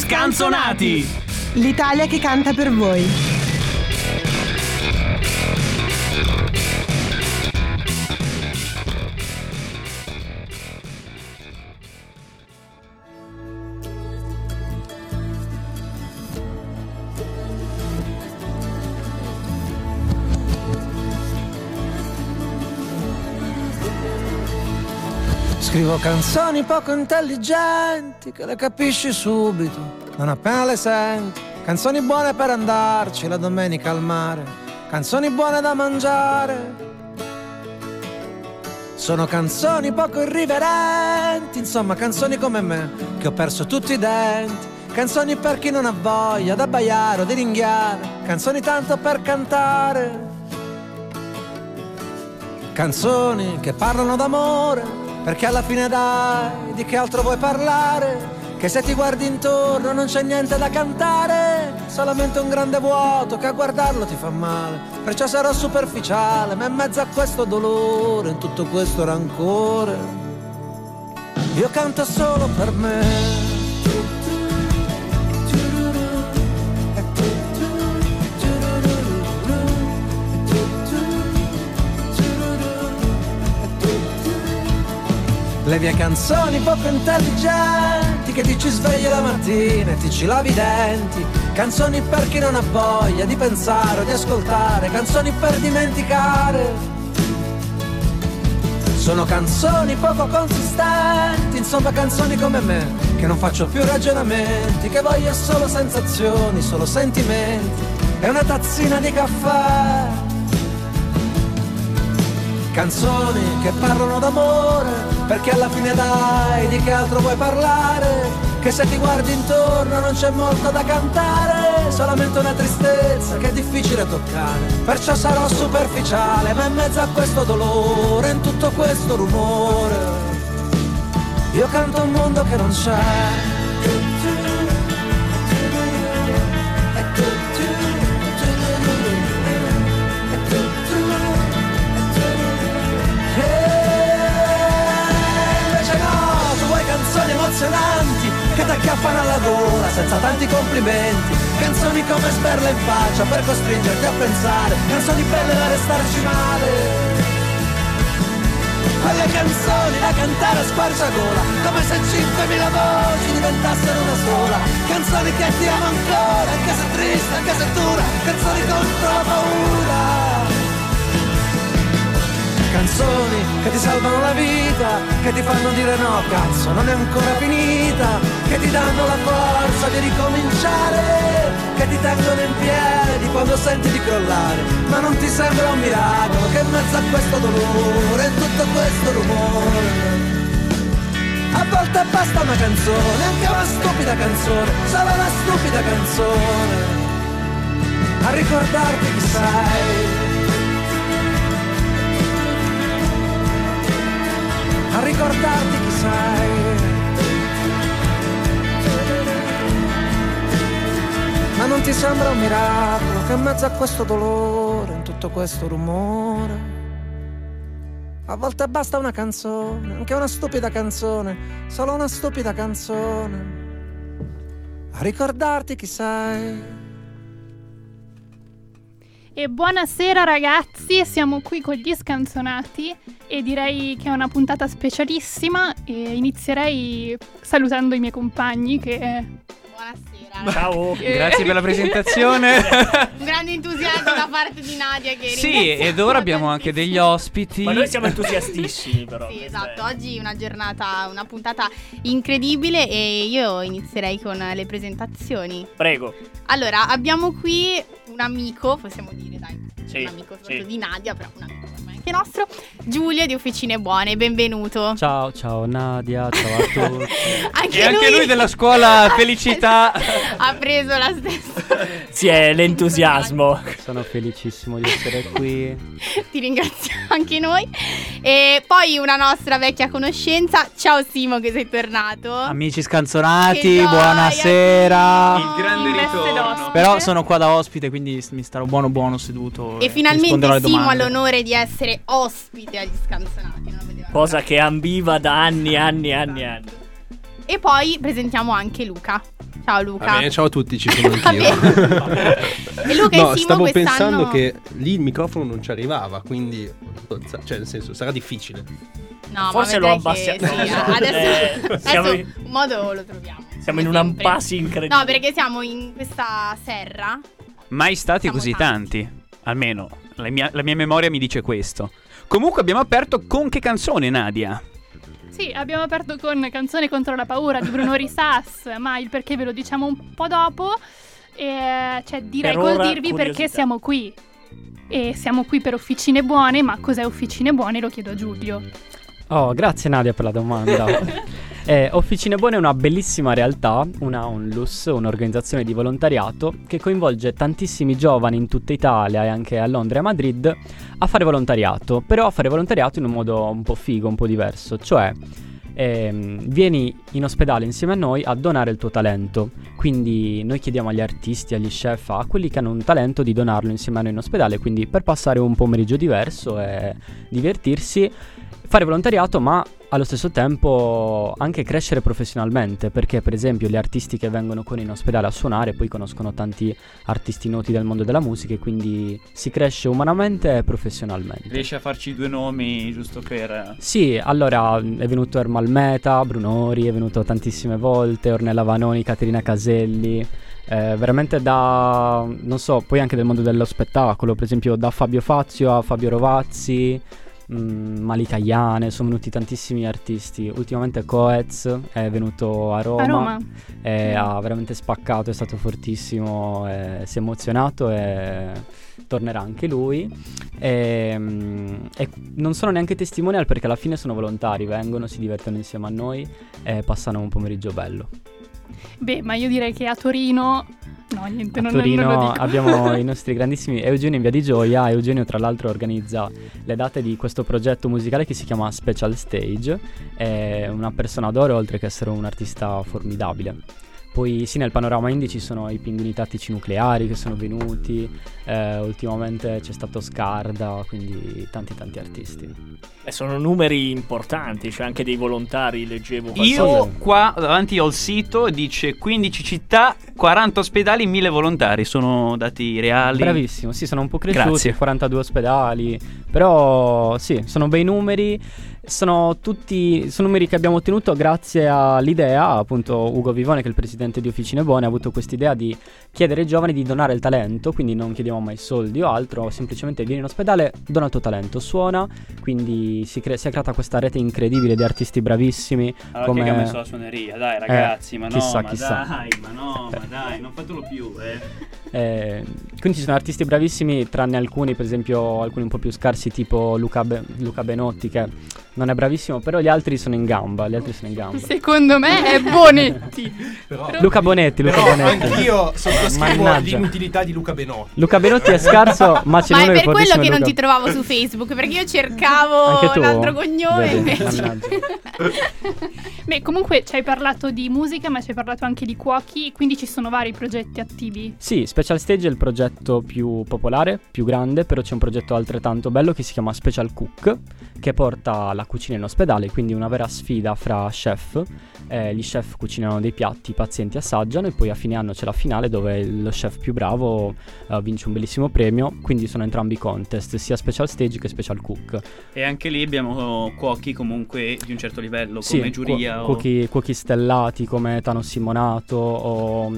Scanzonati! L'Italia che canta per voi. Scrivo canzoni poco intelligenti che le capisci subito, non appena le senti. Canzoni buone per andarci la domenica al mare, canzoni buone da mangiare. Sono canzoni poco irriverenti, insomma canzoni come me, che ho perso tutti i denti. Canzoni per chi non ha voglia d'abbaiare o di ringhiare, canzoni tanto per cantare. Canzoni che parlano d'amore, perché alla fine dai, di che altro vuoi parlare? Che se ti guardi intorno non c'è niente da cantare, solamente un grande vuoto che a guardarlo ti fa male. Perciò sarò superficiale, ma in mezzo a questo dolore, in tutto questo rancore, io canto solo per me. Le mie canzoni poco intelligenti che ti ci svegli la mattina e ti ci lavi i denti. Canzoni per chi non ha voglia di pensare o di ascoltare, canzoni per dimenticare. Sono canzoni poco consistenti, insomma canzoni come me, che non faccio più ragionamenti, che voglio solo sensazioni, solo sentimenti e una tazzina di caffè. Canzoni che parlano d'amore, perché alla fine dai, di che altro vuoi parlare? Che se ti guardi intorno non c'è molto da cantare, solamente una tristezza che è difficile toccare. Perciò sarò superficiale, ma in mezzo a questo dolore, in tutto questo rumore, io canto un mondo che non c'è. Emozionanti che ti acchiappano alla gola senza tanti complimenti, canzoni come sberle in faccia per costringerti a pensare, canzoni belle da restarci male, quelle canzoni da cantare a squarciagola come se 5.000 voci diventassero una sola, canzoni che ti amo ancora anche se triste, anche se dura, canzoni contro la paura. Canzoni che ti salvano la vita, che ti fanno dire no, cazzo, non è ancora finita, che ti danno la forza di ricominciare, che ti tengono in piedi quando senti di crollare, ma non ti sembra un miracolo che in mezzo a questo dolore, in tutto questo rumore, a volte basta una canzone, anche una stupida canzone, solo una stupida canzone, a ricordarti chi sei. A ricordarti chi sei. Ma non ti sembra un miracolo che in mezzo a questo dolore, in tutto questo rumore, a volte basta una canzone, anche una stupida canzone, solo una stupida canzone, a ricordarti chi sei. E buonasera ragazzi, siamo qui con gli Scanzonati e direi che è una puntata specialissima e inizierei salutando i miei compagni che... Buonasera. Ciao, grazie per la presentazione. Un grande entusiasmo da parte di Nadia che Sì, ed ora abbiamo anche degli ospiti. Ma noi siamo entusiastissimi però. Sì, esatto, oggi una giornata, una puntata incredibile e io inizierei con le presentazioni. Prego. Allora, abbiamo qui un amico, possiamo dire dai, Sì, un amico sì. di Nadia, però un amico ormai anche nostro, Giulio di Officine Buone, benvenuto. Ciao Nadia, ciao a tutti. E anche lui della scuola Felicità ha preso la stessa. Sì, è l'entusiasmo. Sono felicissimo di essere qui. Ti ringraziamo anche noi. E poi una nostra vecchia conoscenza. Ciao Simo che sei tornato. Amici Scanzonati, Che gioia, buonasera. Il grande In veste ritorno. d'ospite. Però sono qua da ospite, quindi mi starò buono seduto. E risponderò finalmente alle Simo ha domande. l'onore di essere ospite agli Scanzonati. Non lo vedevamo. Cosa che ambiva da anni. E poi presentiamo anche Luca. Ciao Luca. Va bene, ciao a tutti, ci sono Va anch'io. E Luca No, e Simo stavo quest'anno... pensando che lì il microfono non ci arrivava, quindi cioè nel senso sarà difficile. No, Forse ma lo vedrai che abbassiamo. sì, Non lo so. adesso Siamo un modo lo troviamo. Siamo in come un sempre. impasse incredibile. No, perché siamo in questa serra. Mai stati Siamo così tanti. tanti. Almeno la mia memoria mi dice questo. Comunque abbiamo aperto con che canzone, Nadia? Sì, abbiamo aperto con Canzone contro la paura di Bruno Risas, ma il perché ve lo diciamo un po' dopo. Cioè, direi Per col ora, dirvi curiosità. perché siamo qui. E siamo qui per Officine Buone, ma cos'è Officine Buone? Lo chiedo a Giulio. Oh, grazie Nadia per la domanda. Officine Buone è una bellissima realtà, una onlus, un'organizzazione di volontariato che coinvolge tantissimi giovani in tutta Italia e anche a Londra e a Madrid a fare volontariato, però a fare volontariato in un modo un po' figo, un po' diverso, cioè vieni in ospedale insieme a noi a donare il tuo talento, quindi noi chiediamo agli artisti, agli chef, a quelli che hanno un talento di donarlo insieme a noi in ospedale, quindi per passare un pomeriggio diverso e divertirsi, fare volontariato, ma allo stesso tempo anche crescere professionalmente, perché per esempio gli artisti che vengono con in ospedale a suonare poi conoscono tanti artisti noti del mondo della musica e quindi si cresce umanamente e professionalmente. Riesci a farci 2 nomi giusto per... Sì, allora è venuto Ermal Meta, Brunori, è venuto tantissime volte, Ornella Vanoni, Caterina Caselli, veramente da, non so, poi anche del mondo dello spettacolo, per esempio da Fabio Fazio a Fabio Rovazzi, Malika Iane, sono venuti tantissimi artisti. Ultimamente Coez è venuto a Roma. E ha veramente spaccato, è stato fortissimo, si è emozionato e tornerà anche lui. E non sono neanche testimonial perché alla fine sono volontari, vengono, si divertono insieme a noi e passano un pomeriggio bello. Beh, ma io direi che a Torino... No, niente, non Torino lo dico. abbiamo i nostri grandissimi Eugenio in Via di Gioia. Eugenio tra l'altro organizza le date di questo progetto musicale che si chiama Special Stage. È una persona d'oro oltre che essere un artista formidabile. Poi sì, nel panorama indie ci sono i Pinguini Tattici Nucleari che sono venuti, ultimamente c'è stato Scarda, quindi tanti artisti. E sono numeri importanti, cioè anche dei volontari, leggevo. Io qua davanti ho il sito, dice 15 città, 40 ospedali, 1000 volontari, sono dati reali. Bravissimo, sì, sono un po' cresciuti, Grazie. 42 ospedali, però sì, sono bei numeri. Sono numeri che abbiamo ottenuto grazie all'idea, appunto Ugo Vivone, che è il presidente di Officine Buone, ha avuto quest'idea di chiedere ai giovani di donare il talento, quindi non chiediamo mai soldi o altro, semplicemente vieni in ospedale, dona il tuo talento, suona, quindi si è creata questa rete incredibile di artisti bravissimi. Allora, come... che ha messo la suoneria, dai ragazzi, ma chissà, no, chissà. ma dai, non fatelo più, Quindi ci sono artisti bravissimi, tranne alcuni, per esempio alcuni un po' più scarsi tipo Luca Benotti, che non è bravissimo, però gli altri sono in gamba, Secondo me è Bonetti. Luca Bonetti. Anch'io sottoscrivo Mannaggia. l'inutilità di Luca Benotti. Luca Benotti è scarso, ma c'è Ma uno è che per quello che non Luca. ti trovavo su Facebook, perché io cercavo Anche tu? l'altro cognome Vedi, invece. mannaggia. Beh, comunque ci hai parlato di musica, ma ci hai parlato anche di cuochi, quindi ci sono vari progetti attivi. Sì, Special Stage è il progetto più popolare, più grande, però c'è un progetto altrettanto bello che si chiama Special Cook, che porta la cucina in ospedale, quindi una vera sfida fra chef. Gli chef cucinano dei piatti, i pazienti assaggiano e poi a fine anno c'è la finale dove lo chef più bravo vince un bellissimo premio, quindi sono entrambi contest, sia Special Stage che Special Cook. E anche lì abbiamo cuochi comunque di un certo livello, Sì, come giuria cuochi stellati come Tano Simonato o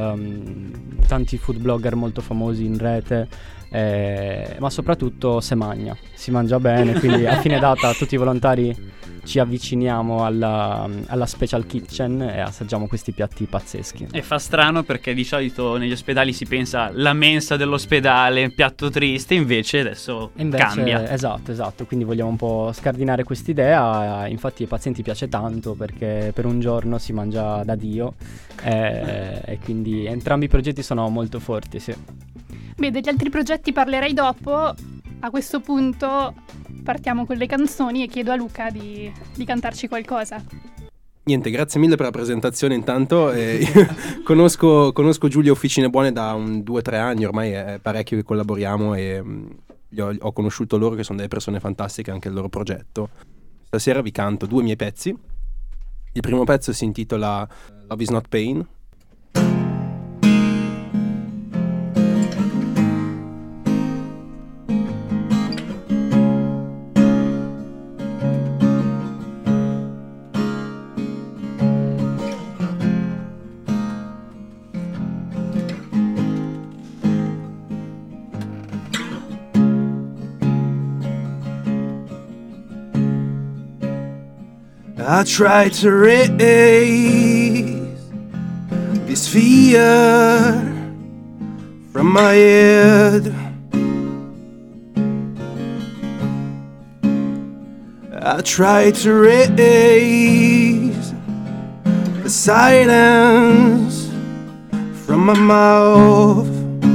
tanti food blogger molto famosi in rete, ma soprattutto si mangia bene, quindi a fine data tutti i volontari ci avviciniamo alla Special Kitchen e assaggiamo questi piatti pazzeschi. E fa strano perché di solito negli ospedali si pensa la mensa dell'ospedale, piatto triste, invece adesso cambia. Esatto, quindi vogliamo un po' scardinare quest'idea, infatti ai pazienti piace tanto perché per un giorno si mangia da Dio e quindi entrambi i progetti sono molto forti, sì. Beh, degli altri progetti parlerei dopo. A questo punto partiamo con le canzoni e chiedo a Luca di cantarci qualcosa. Niente, grazie mille per la presentazione intanto. Conosco Giulio Officine Buone da 2-3 anni, ormai è parecchio che collaboriamo e ho conosciuto loro che sono delle persone fantastiche, anche il loro progetto. Stasera vi canto 2 miei pezzi Il primo pezzo si intitola Love is Not Pain. I try to raise this fear from my head. I try to raise the silence from my mouth.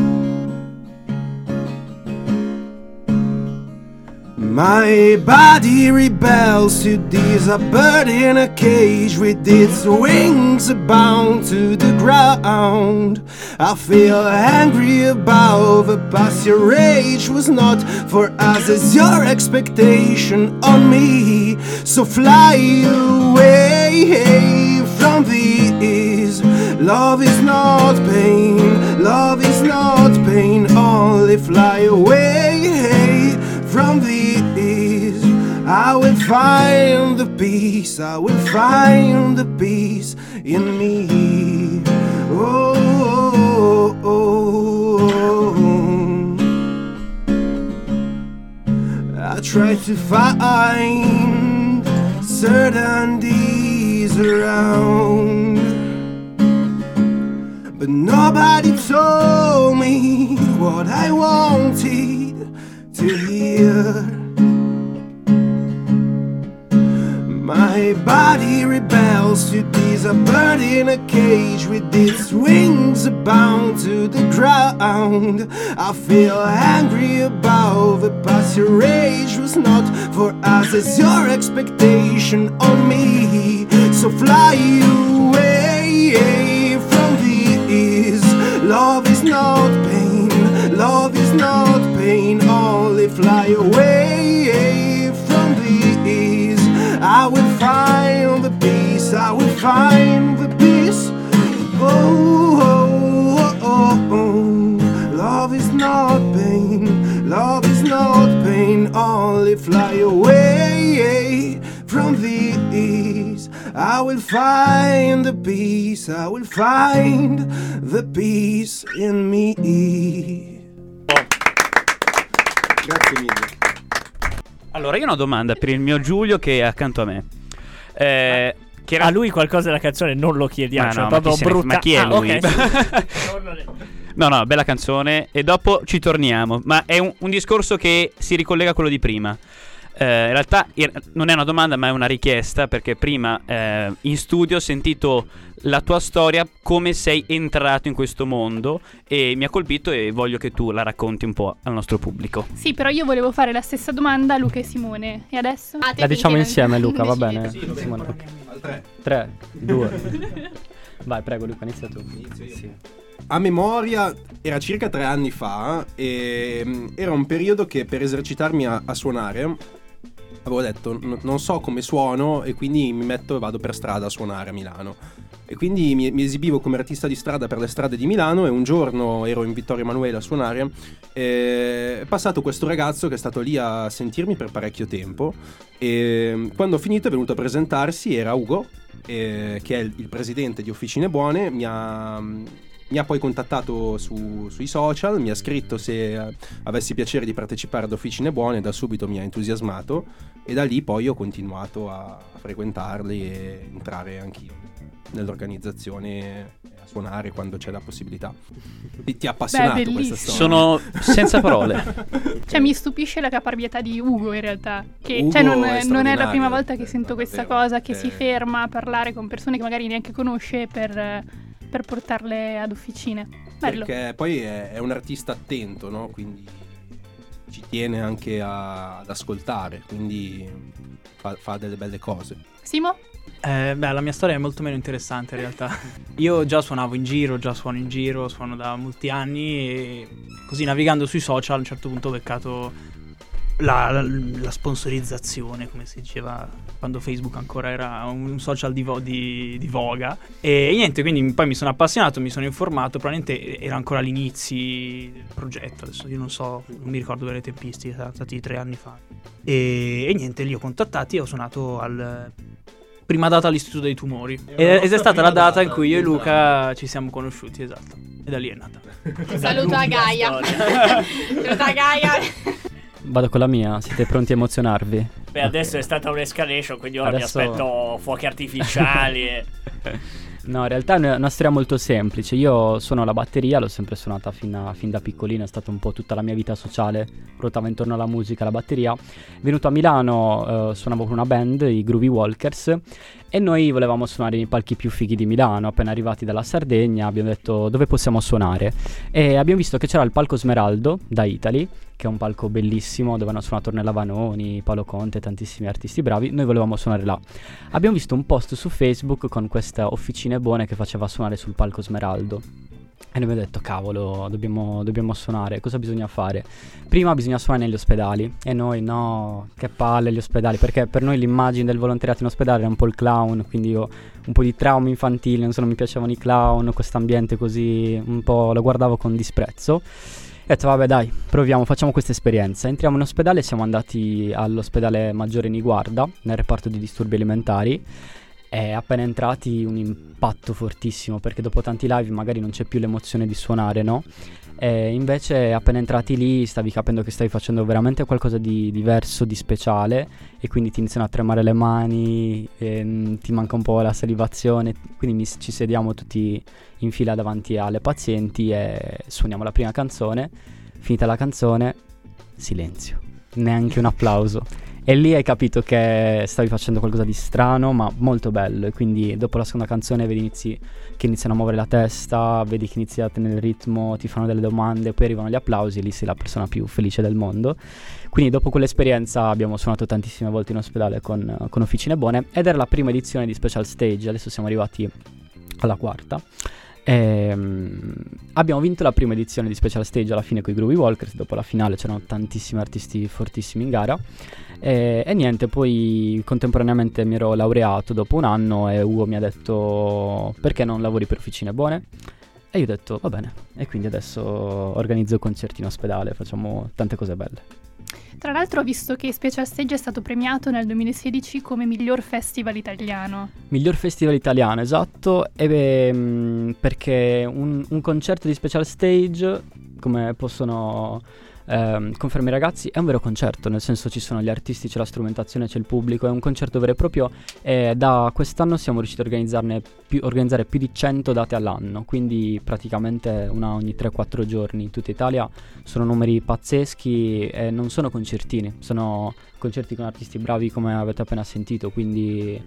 My body rebels to this, a bird in a cage with its wings bound to the ground. I feel angry about the past. Your rage was not for us as your expectation on me. So fly away from this. Love is not pain, love is not pain. Only fly away from this. I will find the peace, I will find the peace in me. Oh, oh, oh, oh. I try to find certainties around, but nobody told me what I wanted to hear. My body rebels to this, a bird in a cage with its wings bound to the ground. I feel angry about the past. Your rage was not for us as your expectation on me. So fly away from this. Love is not pain, love is not pain. Only fly away from this. I will find the peace, I will find the peace. Oh, oh, oh, oh. Love is not pain, love is not pain. Only fly away from this. I will find the peace, I will find the peace in me. Grazie mille. Allora, io ho una domanda per il mio Giulio che è accanto a me. Che era... A lui qualcosa della canzone non lo chiediamo, no, proprio brutta. Ma chi è lui? Okay. No, bella canzone. E dopo ci torniamo. Ma è un discorso che si ricollega a quello di prima. In realtà non è una domanda, ma è una richiesta. Perché prima in studio ho sentito la tua storia, come sei entrato in questo mondo, e mi ha colpito e voglio che tu la racconti un po' al nostro pubblico. Sì, però io volevo fare la stessa domanda a Luca e Simone. E adesso? La diciamo insieme, Luca, va bene? Sì, Simone. Al 3, 2. Vai, prego Luca, inizia tu. Sì. A memoria era circa 3 anni fa e era un periodo che per esercitarmi a suonare avevo detto non so come suono e quindi mi metto e vado per strada a suonare a Milano. E quindi mi esibivo come artista di strada per le strade di Milano e un giorno ero in Vittorio Emanuele a suonare e è passato questo ragazzo che è stato lì a sentirmi per parecchio tempo e quando ho finito è venuto a presentarsi, era Ugo, che è il presidente di Officine Buone. Mi ha poi contattato sui social, mi ha scritto se avessi piacere di partecipare ad Officine Buone, da subito mi ha entusiasmato e da lì poi ho continuato a frequentarli e entrare anch'io nell'organizzazione, a suonare quando c'è la possibilità. Ti ha appassionato questa storia? Sono senza parole. Cioè mi stupisce la caparbietà di Ugo in realtà, che Ugo cioè, non è la prima volta che sento questa davvero. Cosa, che si ferma a parlare con persone che magari neanche conosce per portarle ad Officine. Bello. Perché poi è un artista attento, no? Quindi ci tiene anche ad ascoltare, quindi fa delle belle cose. Simo? La mia storia è molto meno interessante in realtà. Io già suonavo in giro, suono da molti anni e così navigando sui social a un certo punto ho beccato la sponsorizzazione, come si diceva quando Facebook ancora era un social di voga, e niente, quindi poi mi sono appassionato, mi sono informato, probabilmente era ancora all'inizio del progetto, adesso io non mi ricordo delle tempistiche, sono stati 3 anni fa, e niente, li ho contattati e ho suonato al prima data all'Istituto dei Tumori, ed è stata la data in cui io e Luca ci siamo conosciuti, esatto, e da lì è nata. Saluto a Gaia. Saluto a Gaia. Vado con la mia, siete pronti a emozionarvi? Beh, adesso è stata un'escalation, quindi ora Adesso- mi aspetto fuochi artificiali e... No, in realtà è una storia molto semplice. Io suono la batteria, l'ho sempre suonata fin da piccolino, è stata un po' tutta la mia vita sociale, ruotava intorno alla musica, alla batteria. Venuto a Milano, suonavo con una band, i Groovy Walkers, e noi volevamo suonare nei palchi più fighi di Milano. Appena arrivati dalla Sardegna abbiamo detto dove possiamo suonare, e abbiamo visto che c'era il palco Smeraldo da Italy, che è un palco bellissimo dove hanno suonato Ornella Vanoni, Paolo Conte, tantissimi artisti bravi. Noi volevamo suonare là. Abbiamo visto un post su Facebook con questa Officine Buone che faceva suonare sul palco Smeraldo, e noi abbiamo detto cavolo, dobbiamo suonare, cosa bisogna fare? Prima bisogna suonare negli ospedali, e noi no, che palle gli ospedali, perché per noi l'immagine del volontariato in ospedale era un po' il clown, quindi io un po' di traumi infantili, non mi piacevano i clown, quest'ambiente così un po' lo guardavo con disprezzo. E ho detto vabbè dai, proviamo, facciamo questa esperienza. Entriamo in ospedale, siamo andati all'ospedale Maggiore Niguarda, nel reparto di disturbi alimentari, e appena entrati un impatto fortissimo, perché dopo tanti live magari non c'è più l'emozione di suonare, no? E invece appena entrati lì stavi capendo che stavi facendo veramente qualcosa di diverso, di speciale, e quindi ti iniziano a tremare le mani, ti manca un po' la salivazione, quindi ci sediamo tutti in fila davanti alle pazienti e suoniamo la prima canzone. Finita la canzone, silenzio, neanche un applauso. E lì hai capito che stavi facendo qualcosa di strano ma molto bello, e quindi dopo la seconda canzone vedi che iniziano a muovere la testa, vedi che inizi a tenere il ritmo, ti fanno delle domande, poi arrivano gli applausi e lì sei la persona più felice del mondo. Quindi dopo quell'esperienza abbiamo suonato tantissime volte in ospedale con Officine Buone, ed era la prima edizione di Special Stage, adesso siamo arrivati alla 4ª. Abbiamo vinto la prima edizione di Special Stage alla fine con i Groovy Walkers. Dopo la finale c'erano tantissimi artisti fortissimi in gara, e niente, poi contemporaneamente mi ero laureato dopo un anno e Ugo mi ha detto perché non lavori per Officine Buone, e io ho detto va bene, e quindi adesso organizzo concerti in ospedale, facciamo tante cose belle. Tra l'altro ho visto che Special Stage è stato premiato nel 2016 come miglior festival italiano. Miglior festival italiano, esatto, perché un concerto di Special Stage, come possono confermare i ragazzi, è un vero concerto, nel senso ci sono gli artisti, c'è la strumentazione, c'è il pubblico, è un concerto vero e proprio, e da quest'anno siamo riusciti a organizzare più di 100 date all'anno, quindi praticamente una ogni 3-4 giorni in tutta Italia. Sono numeri pazzeschi e non sono concertini, sono concerti con artisti bravi come avete appena sentito, quindi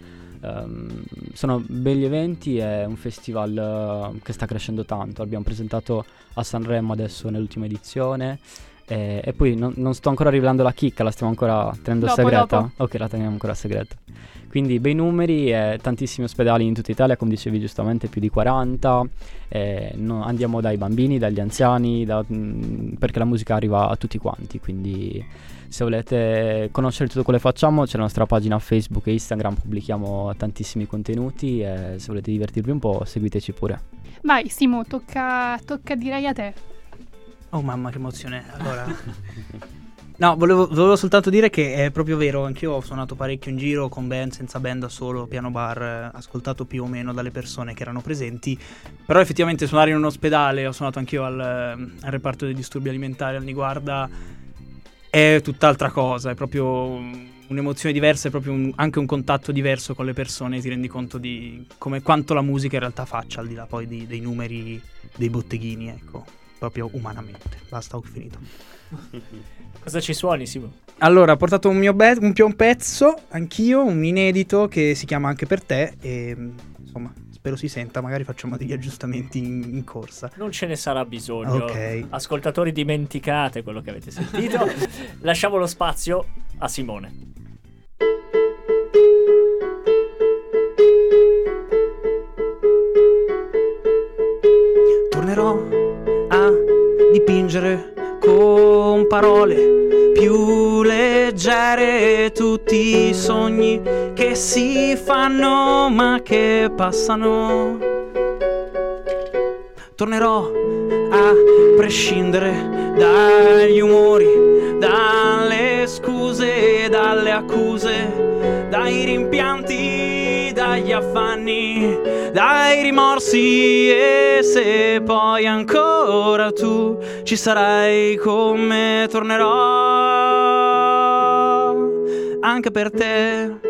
sono begli eventi, è un festival che sta crescendo tanto. Abbiamo presentato a Sanremo adesso nell'ultima edizione, e poi non sto ancora rivelando la chicca, la stiamo ancora tenendo segreta. Dopo. Ok, la teniamo ancora segreta. Quindi bei numeri e tantissimi ospedali in tutta Italia, come dicevi giustamente, più di 40. Andiamo dai bambini, dagli anziani, perché la musica arriva a tutti quanti. Quindi se volete conoscere tutto quello che facciamo, c'è la nostra pagina Facebook e Instagram, pubblichiamo tantissimi contenuti, e se volete divertirvi un po' seguiteci pure. Vai Simo, tocca direi a te. Oh mamma, che emozione. Allora no, volevo soltanto dire che è proprio vero, anch'io ho suonato parecchio in giro, con band, senza band, da solo, piano bar, ascoltato più o meno dalle persone che erano presenti. Però effettivamente suonare in un ospedale, ho suonato anch'io al reparto dei disturbi alimentari al Niguarda, è tutt'altra cosa, è proprio un'emozione diversa, è proprio anche un contatto diverso con le persone, ti rendi conto di quanto la musica in realtà faccia, al di là poi dei numeri, dei botteghini, ecco, proprio umanamente. Basta, ho finito. Cosa ci suoni, Simo? Allora, ho portato un pezzo, anch'io, un inedito che si chiama Anche per te, e insomma, spero si senta, magari facciamo degli aggiustamenti in corsa. Non ce ne sarà bisogno. Ok. Ascoltatori, dimenticate quello che avete sentito. Lasciamo lo spazio a Simone. Tornerò a dipingere con parole più leggere rischiare tutti i sogni che si fanno ma che passano. Tornerò a prescindere dagli umori, dalle scuse, dalle accuse, dai rimpianti, dagli affanni, dai rimorsi. E se poi ancora tu ci sarai con me, tornerò anche per te.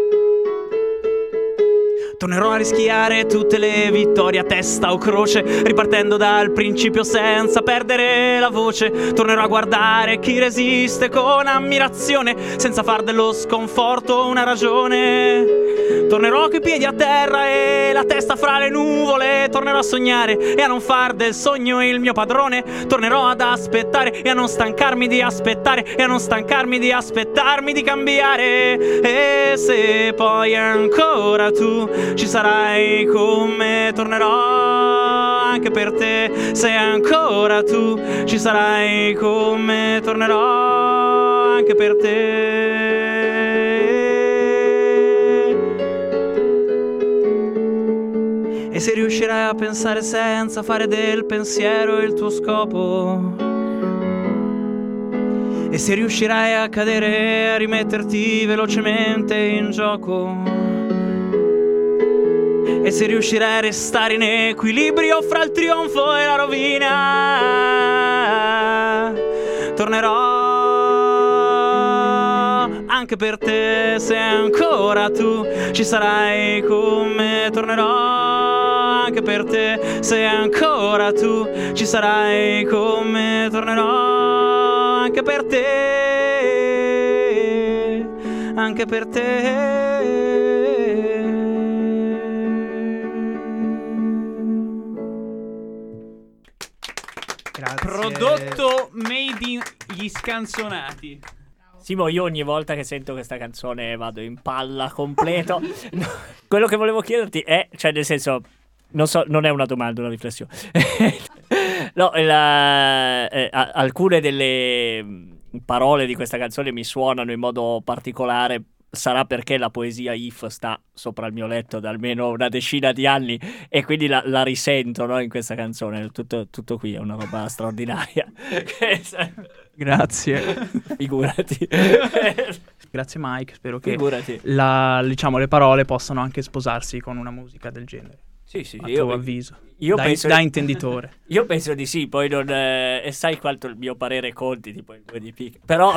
Tornerò a rischiare tutte le vittorie a testa o croce, ripartendo dal principio senza perdere la voce. Tornerò a guardare chi resiste con ammirazione, senza far dello sconforto una ragione. Tornerò coi piedi a terra e la testa fra le nuvole. Tornerò a sognare e a non far del sogno il mio padrone. Tornerò ad aspettare e a non stancarmi di aspettare, e a non stancarmi di aspettarmi di cambiare. E se poi ancora tu ci sarai con me, tornerò anche per te. Se ancora tu ci sarai con me, tornerò anche per te. E se riuscirai a pensare senza fare del pensiero il tuo scopo, e se riuscirai a cadere e a rimetterti velocemente in gioco, e se riuscirai a restare in equilibrio fra il trionfo e la rovina, tornerò anche per te. Se ancora tu ci sarai con me, tornerò anche per te. Se ancora tu ci sarai con me, tornerò anche per te, anche per te. Grazie. Prodotto made in gli scanzonati. Simo, io ogni volta che sento questa canzone vado in palla completo. No, quello che volevo chiederti è, cioè nel senso, non so, non è una domanda, una riflessione. No, alcune delle parole di questa canzone mi suonano in modo particolare. Sarà perché la poesia If sta sopra il mio letto da almeno una decina di anni e quindi la risento, no, in questa canzone. Tutto qui è una roba straordinaria. Grazie. Figurati. Grazie Mike, spero che Figurati. diciamo, le parole possano anche sposarsi con una musica del genere. Sì, A tuo avviso. Io da, penso da intenditore. Io penso di sì, poi non e sai quanto il mio parere conti, tipo il 2 di picca. Però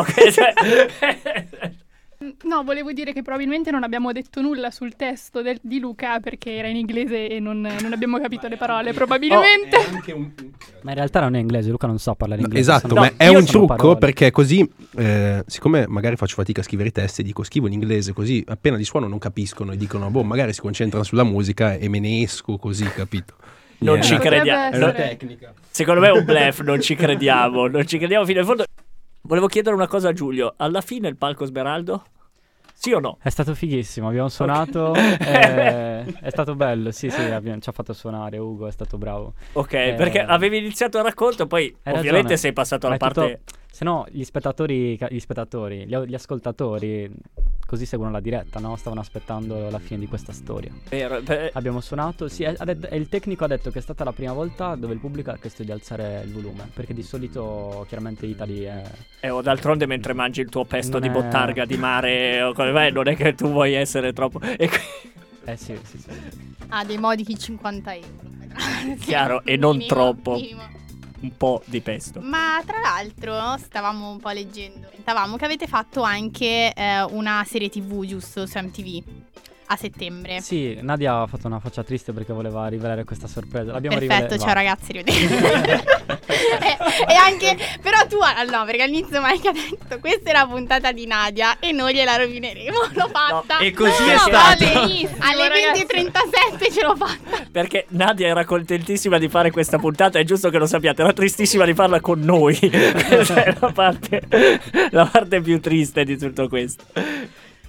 No, volevo dire che probabilmente non abbiamo detto nulla sul testo di Luca perché era in inglese e non abbiamo capito le parole, probabilmente. Ma in realtà non è inglese, Luca non sa parlare inglese. Esatto, ma è un trucco perché così, siccome magari faccio fatica a scrivere i testi, dico scrivo in inglese così appena li suono non capiscono e dicono boh, magari si concentrano sulla musica e me ne esco così, capito? Non ci crediamo. È una tecnica. Secondo me è un bluff, non ci crediamo fino in fondo. Volevo chiedere una cosa a Giulio, alla fine il palco Smeraldo? Sì o no? È stato fighissimo, abbiamo suonato, è stato bello, sì, ci ha fatto suonare Ugo, è stato bravo. Ok, perché avevi iniziato il racconto, poi ovviamente ragione. sei passato alla parte... Se no, gli ascoltatori, così seguono la diretta, no? Stavano aspettando la fine di questa storia. Vero, abbiamo suonato, sì, e il tecnico ha detto che è stata la prima volta dove il pubblico ha chiesto di alzare il volume, perché di solito chiaramente Italy è... o d'altronde mentre mangi il tuo pesto Non di è- bottarga di mare o come vai, non è che tu vuoi essere troppo... sì. Ha dei modici 50 euro. Chiaro, e non Minimo, troppo. minimo. Un po' di pesto. Ma tra l'altro stavamo un po' leggendo che avete fatto anche una serie TV, giusto, su MTV a settembre. Sì, Nadia ha fatto una faccia triste perché voleva rivelare questa sorpresa. L'abbiamo Perfetto, ciao ragazzi, arrivederci. e anche, però tu, no, perché all'inizio Mike ha detto questa è la puntata di Nadia e noi gliela rovineremo. L'ho fatta. E così è No, stato. alle 20:37 ce l'ho fatta. Perché Nadia era contentissima di fare questa puntata, è giusto che lo sappiate, era tristissima di farla con noi. Questa è la parte più triste di tutto questo.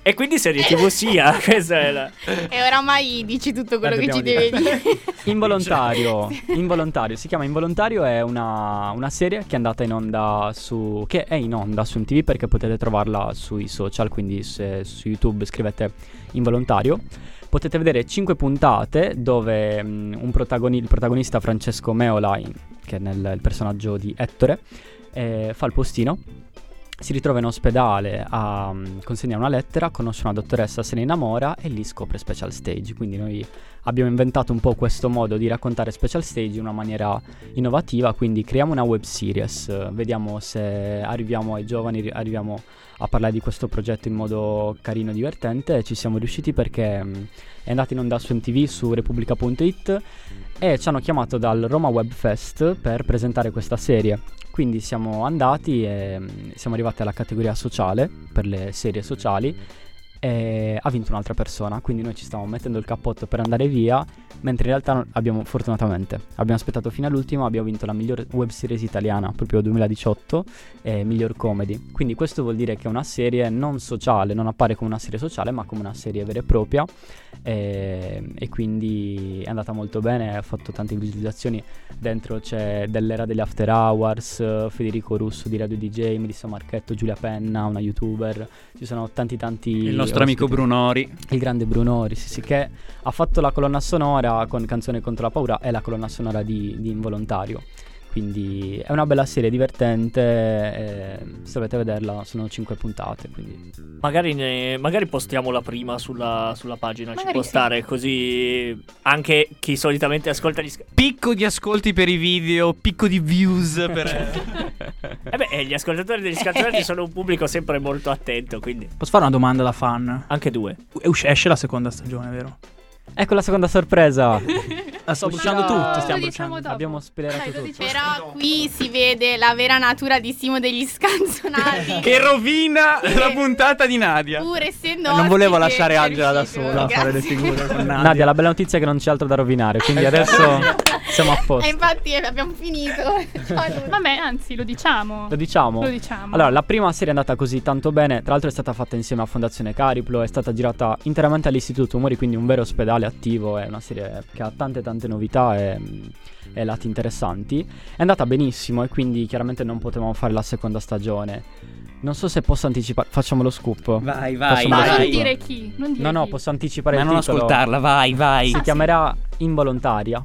E quindi serie TV sia. Questa è la... E oramai dici tutto quello che ci dobbiamo devi dire. Involontario. Involontario. Si chiama Involontario, è una serie che è andata in onda che è in onda su MTV, perché potete trovarla sui social, quindi se su YouTube scrivete Involontario potete vedere 5 puntate dove il protagonista Francesco Meola, che è il personaggio di Ettore, fa il postino. Si ritrova in ospedale a consegnare una lettera, conosce una dottoressa, se ne innamora e lì scopre Special Stage. Quindi noi abbiamo inventato un po' questo modo di raccontare Special Stage in una maniera innovativa, quindi creiamo una web series, vediamo se arriviamo ai giovani, arriviamo a parlare di questo progetto in modo carino e divertente, e ci siamo riusciti perché è andato in onda su MTV, su Repubblica.it, e ci hanno chiamato dal Roma Web Fest per presentare questa serie. Quindi siamo andati e siamo arrivati alla categoria sociale, per le serie sociali, e ha vinto un'altra persona. Quindi noi ci stavamo mettendo il cappotto per andare via, mentre in realtà fortunatamente abbiamo aspettato fino all'ultimo, abbiamo vinto la miglior web series italiana proprio 2018 e miglior comedy. Quindi questo vuol dire che è una serie non sociale, non appare come una serie sociale ma come una serie vera e propria, e quindi è andata molto bene, ha fatto tante visualizzazioni. Dentro c'è dell'era degli After Hours, Federico Russo di Radio DJ, Melissa Marchetto, Giulia Penna, una youtuber, ci sono tanti il nostro amico Brunori, il grande Brunori, sì, che ha fatto la colonna sonora con Canzone contro la paura, è la colonna sonora di Involontario. Quindi è una bella serie, divertente, se volete vederla sono 5 puntate, quindi magari postiamo la prima sulla pagina, Magari ci può sì. stare, così anche chi solitamente ascolta picco di ascolti per i video, picco di views per... gli ascoltatori degli scanzonati sono un pubblico sempre molto attento, quindi Posso fare una domanda da fan? anche 2. Esce la seconda stagione, vero? ecco la seconda sorpresa. La sto bruciando No, tutto, lo stiamo diciamo bruciando. dopo. Abbiamo spoilerato Dai, lo tutto. diciamo. Però qui si vede la vera natura di Simo degli scanzonati. che rovina la puntata di Nadia. Pur essendo Non volevo ospite, lasciare è Angela da riuscito, sola a fare le grazie. figure con Nadia. Nadia, la bella notizia è che non c'è altro da rovinare, quindi adesso siamo a E posto. infatti abbiamo finito. Vabbè, anzi, lo diciamo. Lo diciamo? Lo diciamo. Allora, la prima serie è andata così tanto bene, tra l'altro è stata fatta insieme a Fondazione Cariplo, è stata girata interamente all'Istituto Umori, quindi un vero ospedale attivo, è una serie che ha tante novità e lati interessanti. È andata benissimo e quindi chiaramente non potevamo fare la seconda stagione. Non so se posso anticipare, facciamo lo scoop. Vai, Facciamo Ma lo non scoop. dire chi. Non dire No, chi. posso anticipare Ma il non titolo. ascoltarla, vai. Si chiamerà Involontaria,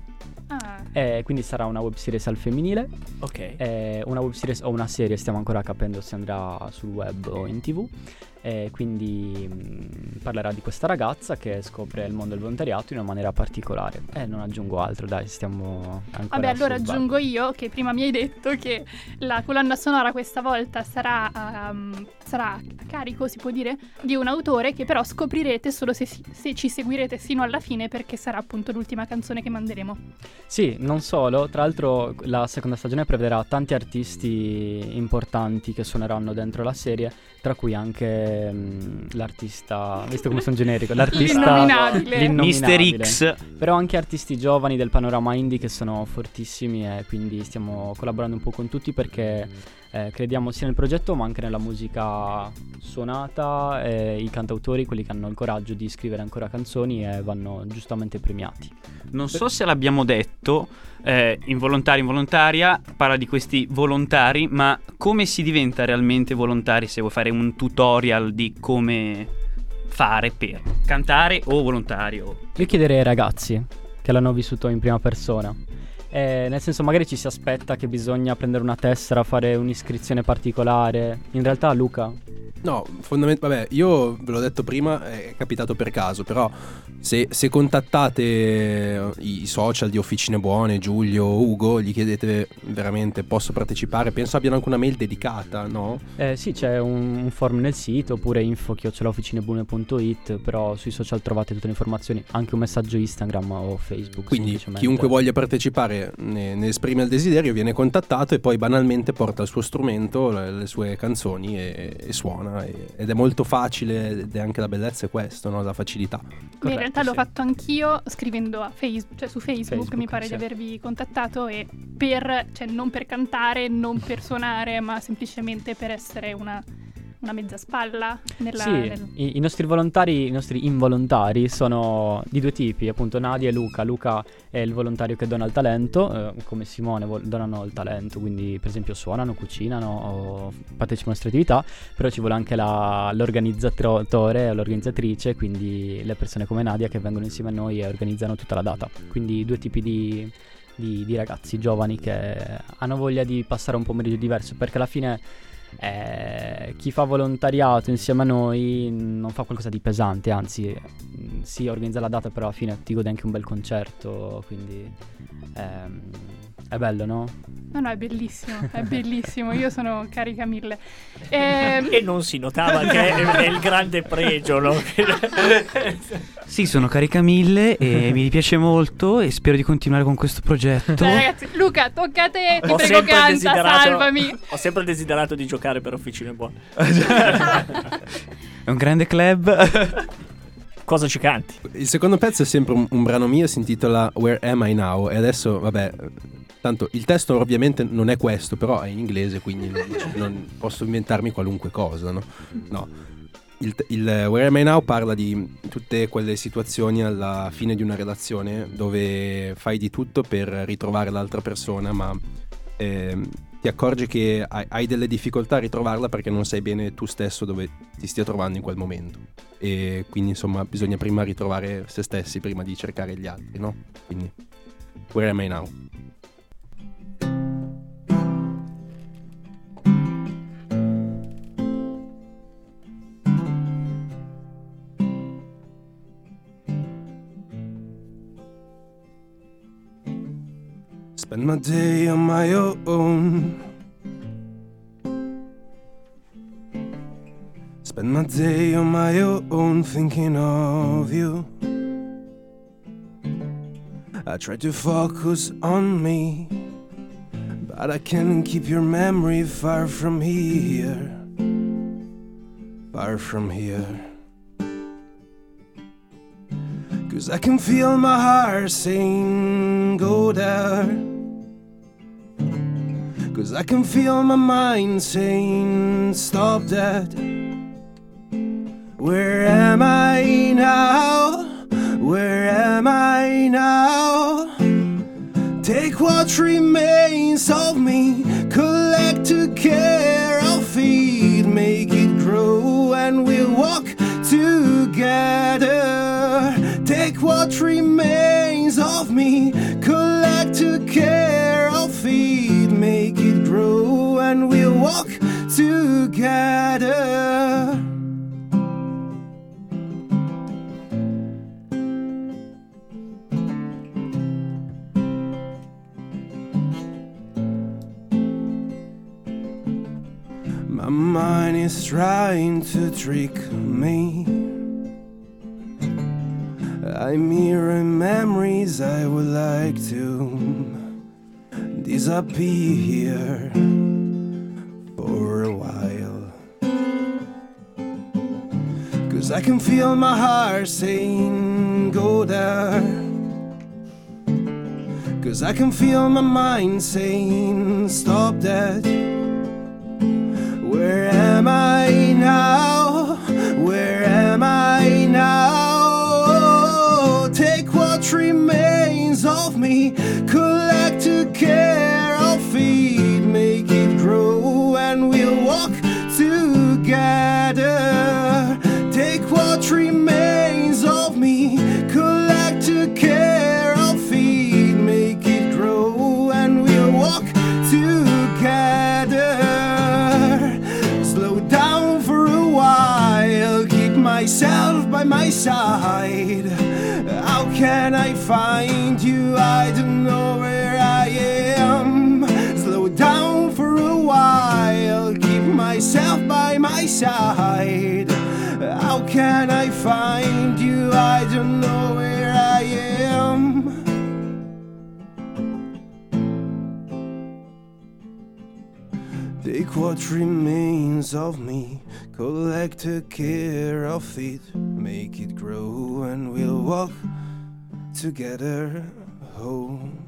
Ah, quindi sarà una web series al femminile. Ok. Una web series o una serie, stiamo ancora capendo se andrà sul web o in TV. Quindi parlerà di questa ragazza che scopre il mondo del volontariato in una maniera particolare. Non aggiungo altro, dai, stiamo ancora vabbè, allora sul aggiungo io che prima mi hai detto che la colonna sonora questa volta sarà a carico, si può dire, di un autore che però scoprirete solo se ci seguirete sino alla fine, perché sarà appunto l'ultima canzone che manderemo. Sì, non solo, tra l'altro la seconda stagione prevederà tanti artisti importanti che suoneranno dentro la serie, tra cui anche l'artista, visto come sono generico, l'artista L'innominabile. Mr. X. però anche artisti giovani del panorama indie che sono fortissimi, e quindi stiamo collaborando un po' con tutti perché crediamo sia nel progetto ma anche nella musica suonata, i cantautori, quelli che hanno il coraggio di scrivere ancora canzoni e vanno giustamente premiati. Non so se l'abbiamo detto, involontaria parla di questi volontari, ma come si diventa realmente volontari, se vuoi fare un tutorial di come fare per cantare o volontario? Io chiederei ai ragazzi che l'hanno vissuto in prima persona. Nel senso, magari ci si aspetta che bisogna prendere una tessera, fare un'iscrizione particolare. In realtà, Luca? No, vabbè, io ve l'ho detto prima, è capitato per caso, però se contattate i social di Officine Buone, Giulio, Ugo, gli chiedete veramente posso partecipare, penso abbiano anche una mail dedicata, no? Sì, c'è un form nel sito, oppure info@officinebuone.it, però sui social trovate tutte le informazioni, anche un messaggio Instagram o Facebook. Quindi semplicemente. chiunque voglia partecipare ne esprime il desiderio, viene contattato e poi banalmente porta il suo strumento, le sue canzoni e suona, ed è molto facile, ed è anche la bellezza è questo, no? La facilità. In realtà l'ho sì. fatto anch'io scrivendo a Facebook, cioè su Facebook mi pare sì. di avervi contattato, e non per cantare, non per suonare, ma semplicemente per essere una una mezza spalla? I nostri volontari, i nostri involontari sono di due tipi, appunto Nadia e Luca. Luca è il volontario che dona il talento, come Simone donano il talento, quindi per esempio suonano, cucinano o partecipano a queste attività, però ci vuole anche l'organizzatore o l'organizzatrice, quindi le persone come Nadia che vengono insieme a noi e organizzano tutta la data. Quindi due tipi di ragazzi giovani che hanno voglia di passare un pomeriggio diverso, perché alla fine chi fa volontariato insieme a noi non fa qualcosa di pesante, anzi si organizza la data, però alla fine ti gode anche un bel concerto, quindi è bello, no? No, è bellissimo, io sono carica 1000. E non si notava che è il grande pregio, no? Sì, sono carica 1000 e mi piace molto e spero di continuare con questo progetto. Dai ragazzi, Luca, tocca a te, ti prego, canta, salvami. Ho sempre desiderato di giocare per Officine Buone. È un grande club. Cosa ci canti? Il secondo pezzo è sempre un brano mio, si intitola Where Am I Now? E adesso, vabbè, tanto il testo ovviamente non è questo, però è in inglese, quindi non posso inventarmi qualunque cosa, no? No. Il Where Am I Now parla di tutte quelle situazioni alla fine di una relazione dove fai di tutto per ritrovare l'altra persona, ma ti accorgi che hai delle difficoltà a ritrovarla perché non sai bene tu stesso dove ti stia trovando in quel momento, e quindi insomma bisogna prima ritrovare se stessi prima di cercare gli altri, no? Quindi Where Am I Now? Spend my day on my own. Spend my day on my own thinking of you. I try to focus on me, but I can't keep your memory far from here. Far from here. 'Cause I can feel my heart saying go there. 'Cause I can feel my mind saying stop that. Where am I now? Where am I now? Take what remains of me, collect to care of it, make it grow and we'll walk together. Take what remains of me, collect to care of it, make it grow and we'll walk together. My mind is trying to trick me. I mirror memories I would like to disappear for a while. 'Cause I can feel my heart saying go there. 'Cause I can feel my mind saying stop that. Where am I now? Where am I now? Take what remains of me, collect to care of it, make it grow and we'll walk together. Take what remains of me, collect to care of it, make it grow and we'll walk together. Slow down for a while, keep myself by my side. How can I find you? I don't know where I am. Slow down for a while, keep myself by my side. How can I find you? I don't know where I am. Take what remains of me, collect a care of it, make it grow and we'll walk together home.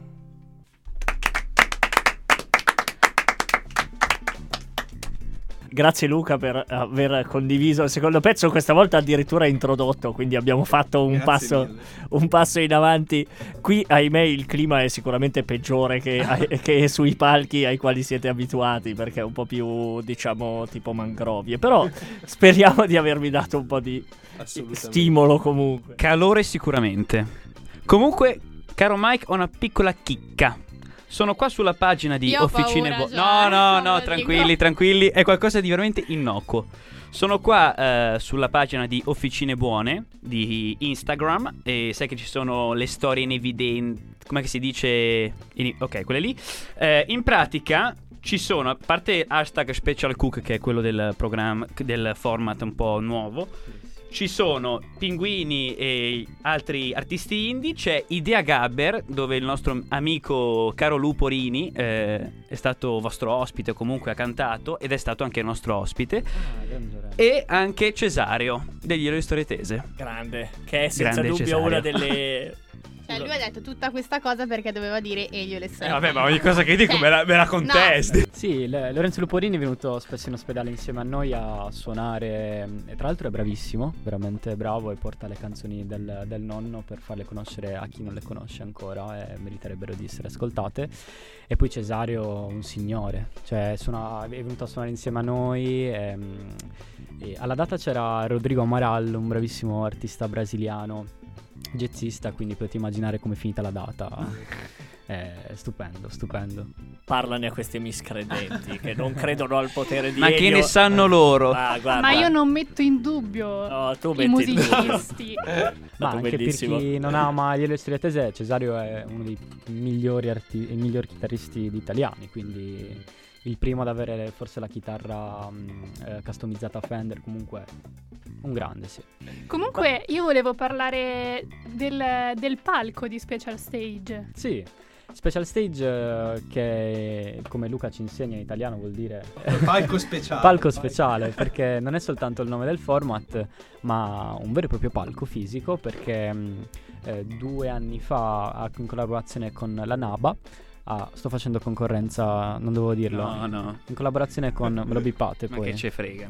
Grazie Luca per aver condiviso il secondo pezzo, questa volta addirittura introdotto, quindi abbiamo fatto un passo in avanti. Qui ahimè il clima è sicuramente peggiore che sui palchi ai quali siete abituati, perché è un po' più, diciamo, tipo mangrovie, però speriamo di avervi dato un po' di stimolo comunque. Calore sicuramente. Comunque, caro Mike, ho una piccola chicca. Sono qua sulla pagina di Io ho Officine paura Buone. già, No, tranquilli, è qualcosa di veramente innocuo. Sono qua sulla pagina di Officine Buone di Instagram e sai che ci sono le storie in evidenza, come si dice? Ok, quelle lì. In pratica ci sono, a parte hashtag Special Cook, che è quello del programma, del format un po' nuovo, ci sono pinguini e altri artisti indie. C'è Idea Gabber, dove il nostro amico caro Luporini è stato vostro ospite, o comunque ha cantato ed è stato anche nostro ospite. E anche Cesario degli Eroi Storie Tese. Grande, che è senza Grande dubbio Cesario. una delle... Cioè, lui ha detto tutta questa cosa perché doveva dire Elio e le storie. Vabbè, ma ogni cosa che dico me la contesti. Sì, Lorenzo Luporini è venuto spesso in ospedale insieme a noi a suonare, e tra l'altro è bravissimo, veramente bravo, e porta le canzoni del nonno per farle conoscere a chi non le conosce ancora e meriterebbero di essere ascoltate. E poi Cesario, un signore, cioè è venuto a suonare insieme a noi e alla data c'era Rodrigo Amaral, un bravissimo artista brasiliano, jazzista, quindi potete immaginare come è finita la data. Stupendo. Parlane a questi miscredenti che non credono al potere di Ma Elio. che ne sanno loro? Guarda. Ma io non metto in dubbio Tu i metti in dubbio. musicisti. Ma anche bellissimo. per chi non ama gli Elio e Storie Tese, Cesario è uno dei migliori chitarristi italiani, quindi il primo ad avere forse la chitarra customizzata Fender, comunque un grande, sì. Comunque io volevo parlare del palco di Special Stage. Sì, Special Stage che come Luca ci insegna in italiano vuol dire Palco speciale. palco speciale, perché non è soltanto il nome del format, ma un vero e proprio palco fisico, perché 2 anni fa, in collaborazione con la NABA, sto facendo concorrenza, non dovevo dirlo. No. In collaborazione con... me lo bippate Ma poi. che ce frega.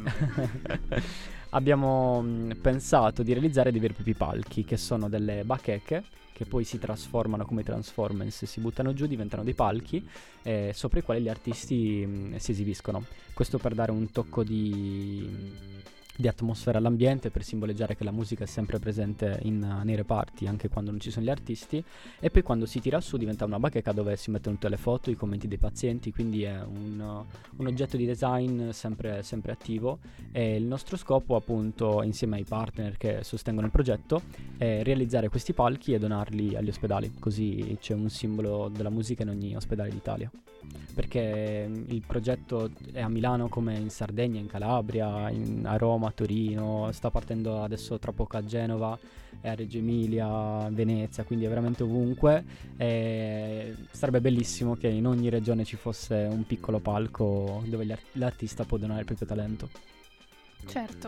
Abbiamo pensato di realizzare dei veri e propri palchi, che sono delle bacheche che poi si trasformano come Transformers, si buttano giù, diventano dei palchi sopra i quali gli artisti si esibiscono. Questo per dare un tocco di atmosfera all'ambiente, per simboleggiare che la musica è sempre presente nei reparti anche quando non ci sono gli artisti. E poi quando si tira su diventa una bacheca dove si mettono tutte le foto, i commenti dei pazienti, quindi è un oggetto di design sempre attivo. E il nostro scopo, appunto, insieme ai partner che sostengono il progetto, è realizzare questi palchi e donarli agli ospedali, così c'è un simbolo della musica in ogni ospedale d'Italia, perché il progetto è a Milano come in Sardegna, in Calabria, a Roma, a Torino, sta partendo adesso tra poco a Genova, a Reggio Emilia, a Venezia, quindi è veramente ovunque. Sarebbe bellissimo che in ogni regione ci fosse un piccolo palco dove l'artista può donare il proprio talento. Certo.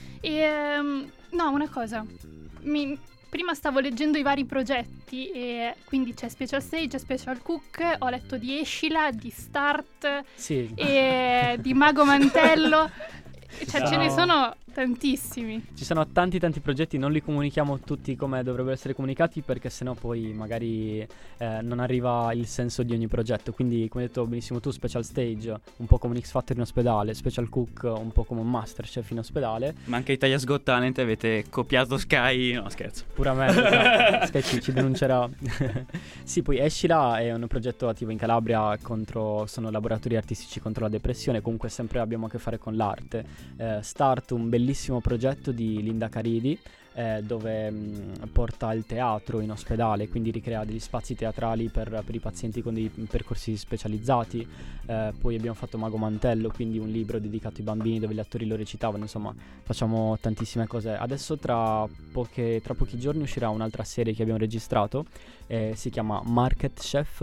No, una cosa. Prima stavo leggendo i vari progetti e quindi c'è Special Stage, Special Cook, ho letto di Escila, di Start Sì. e di Mago Mantello. Cioè ce ne No. sono tantissimi. Ci sono tanti progetti, non li comunichiamo tutti come dovrebbero essere comunicati, perché sennò poi magari non arriva il senso di ogni progetto. Quindi, come hai detto benissimo tu, Special Stage un po' come un X Factor in ospedale, Special Cook un po' come un Masterchef in ospedale. Ma anche Italia's Got Talent avete copiato Sky. No, scherzo. Puramente, Sky ci denuncerà. Sì, poi Escila è un progetto attivo in Calabria sono laboratori artistici contro la depressione, comunque sempre abbiamo a che fare con l'arte. Start, un bellissimo progetto di Linda Caridi, dove porta il teatro in ospedale, quindi ricrea degli spazi teatrali per i pazienti con dei percorsi specializzati. Poi abbiamo fatto Mago Mantello, quindi un libro dedicato ai bambini dove gli attori lo recitavano. Insomma, facciamo tantissime cose. Adesso tra pochi giorni uscirà un'altra serie che abbiamo registrato, si chiama Market Chef,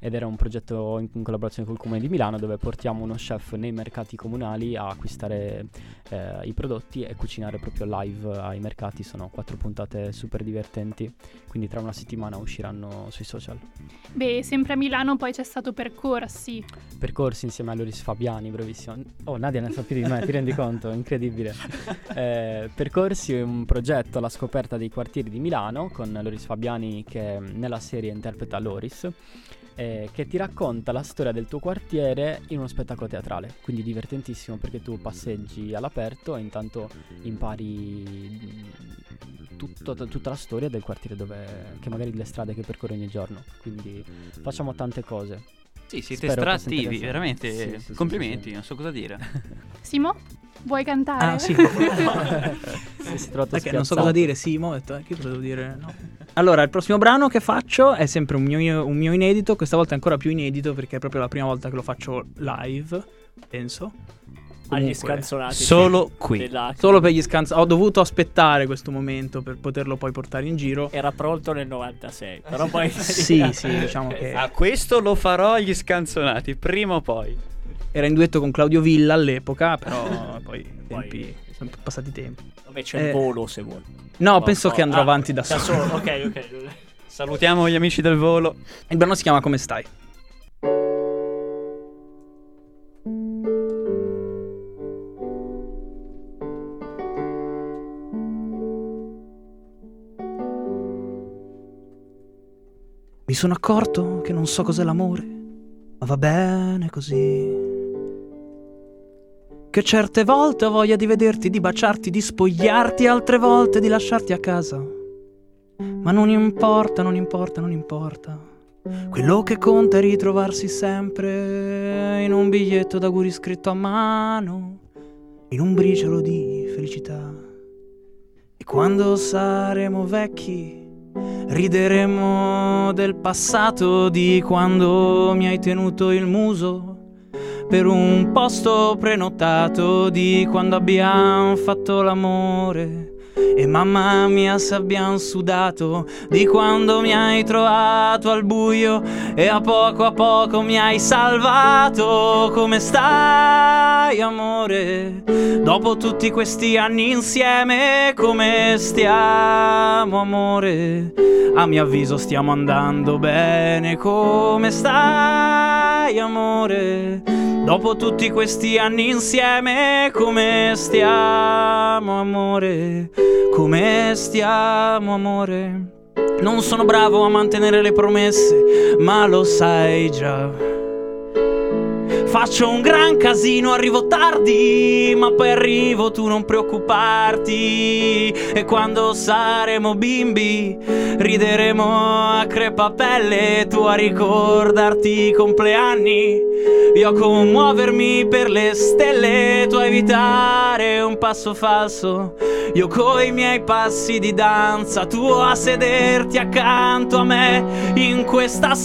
ed era un progetto in collaborazione col Comune di Milano, dove portiamo uno chef nei mercati comunali a acquistare i prodotti e cucinare proprio live ai mercati. Sono 4 puntate super divertenti, quindi tra una settimana usciranno sui social. Beh, sempre a Milano poi c'è stato Percorsi insieme a Loris Fabiani, bravissimo. Oh, Nadia ne sa più di me, ti rendi conto? Incredibile. Percorsi è un progetto alla scoperta dei quartieri di Milano, con Loris Fabiani che nella serie interpreta Loris, che ti racconta la storia del tuo quartiere in uno spettacolo teatrale. Quindi divertentissimo, perché tu passeggi all'aperto e intanto impari tutta la storia del quartiere, che magari le strade che percorri ogni giorno. Quindi facciamo tante cose. Sì, siete strattivi, veramente. Sì, complimenti, sì. Non so cosa dire. Simo, vuoi cantare? Ah, sì. Perché non so cosa dire, Simo, ho detto, che cosa devo dire? No. Allora, il prossimo brano che faccio è sempre un mio inedito, questa volta è ancora più inedito perché è proprio la prima volta che lo faccio live, penso. Agli scanzonati. Solo qui. Solo per gli scanzonati. Ho dovuto aspettare questo momento per poterlo poi portare in giro. Era pronto nel 96, però poi... sì, diciamo che... A questo lo farò agli scanzonati, prima o poi. Era in duetto con Claudio Villa all'epoca, però poi sono passati tempi. Vabbè, c'è il volo se vuoi. No, penso che andrò avanti da solo. Ok. Salutiamo gli amici del volo. Il brano si chiama Come stai? Mi sono accorto che non so cos'è l'amore, ma va bene così. Che certe volte ho voglia di vederti, di baciarti, di spogliarti, altre volte di lasciarti a casa. Ma non importa. Quello che conta è ritrovarsi sempre in un biglietto d'auguri scritto a mano, in un briciolo di felicità. E quando saremo vecchi rideremo del passato, di quando mi hai tenuto il muso per un posto prenotato, di quando abbiamo fatto l'amore e mamma mia se abbiamo sudato, di quando mi hai trovato al buio e a poco mi hai salvato. Come stai, amore? Dopo tutti questi anni insieme, come stiamo, amore? A mio avviso stiamo andando bene. Come stai, amore? Dopo tutti questi anni insieme, come stiamo, amore? Come stiamo, amore? Non sono bravo a mantenere le promesse, ma lo sai già. Faccio un gran casino, arrivo tardi, ma poi arrivo, tu non preoccuparti. E quando saremo bimbi rideremo a crepapelle, tu a ricordarti i compleanni, io a commuovermi per le stelle, tu a evitare un passo falso, io coi miei passi di danza, tu a sederti accanto a me in questa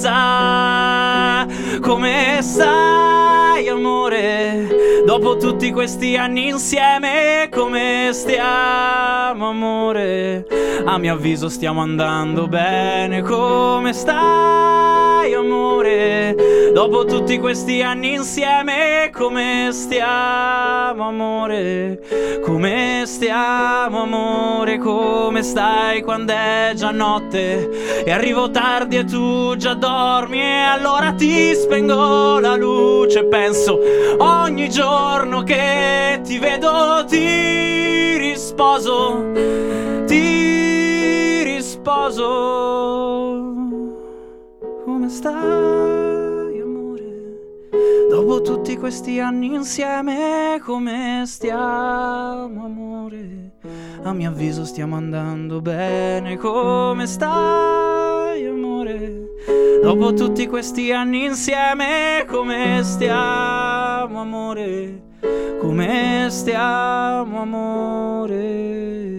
stanza. Come stai, amore? Dopo tutti questi anni insieme, come stiamo, amore? A mio avviso stiamo andando bene. Come stai, amore? Dopo tutti questi anni insieme, come stiamo, amore? Come stiamo, amore? Come stai quando è già notte e arrivo tardi e tu già dormi, e allora ti spengo la luce, penso ogni giorno che ti vedo, ti risposo. Come stai, amore? Dopo tutti questi anni insieme, come stiamo, amore? A mio avviso stiamo andando bene. Come stai, amore? Dopo tutti questi anni insieme, come stiamo, amore? Come stiamo, amore?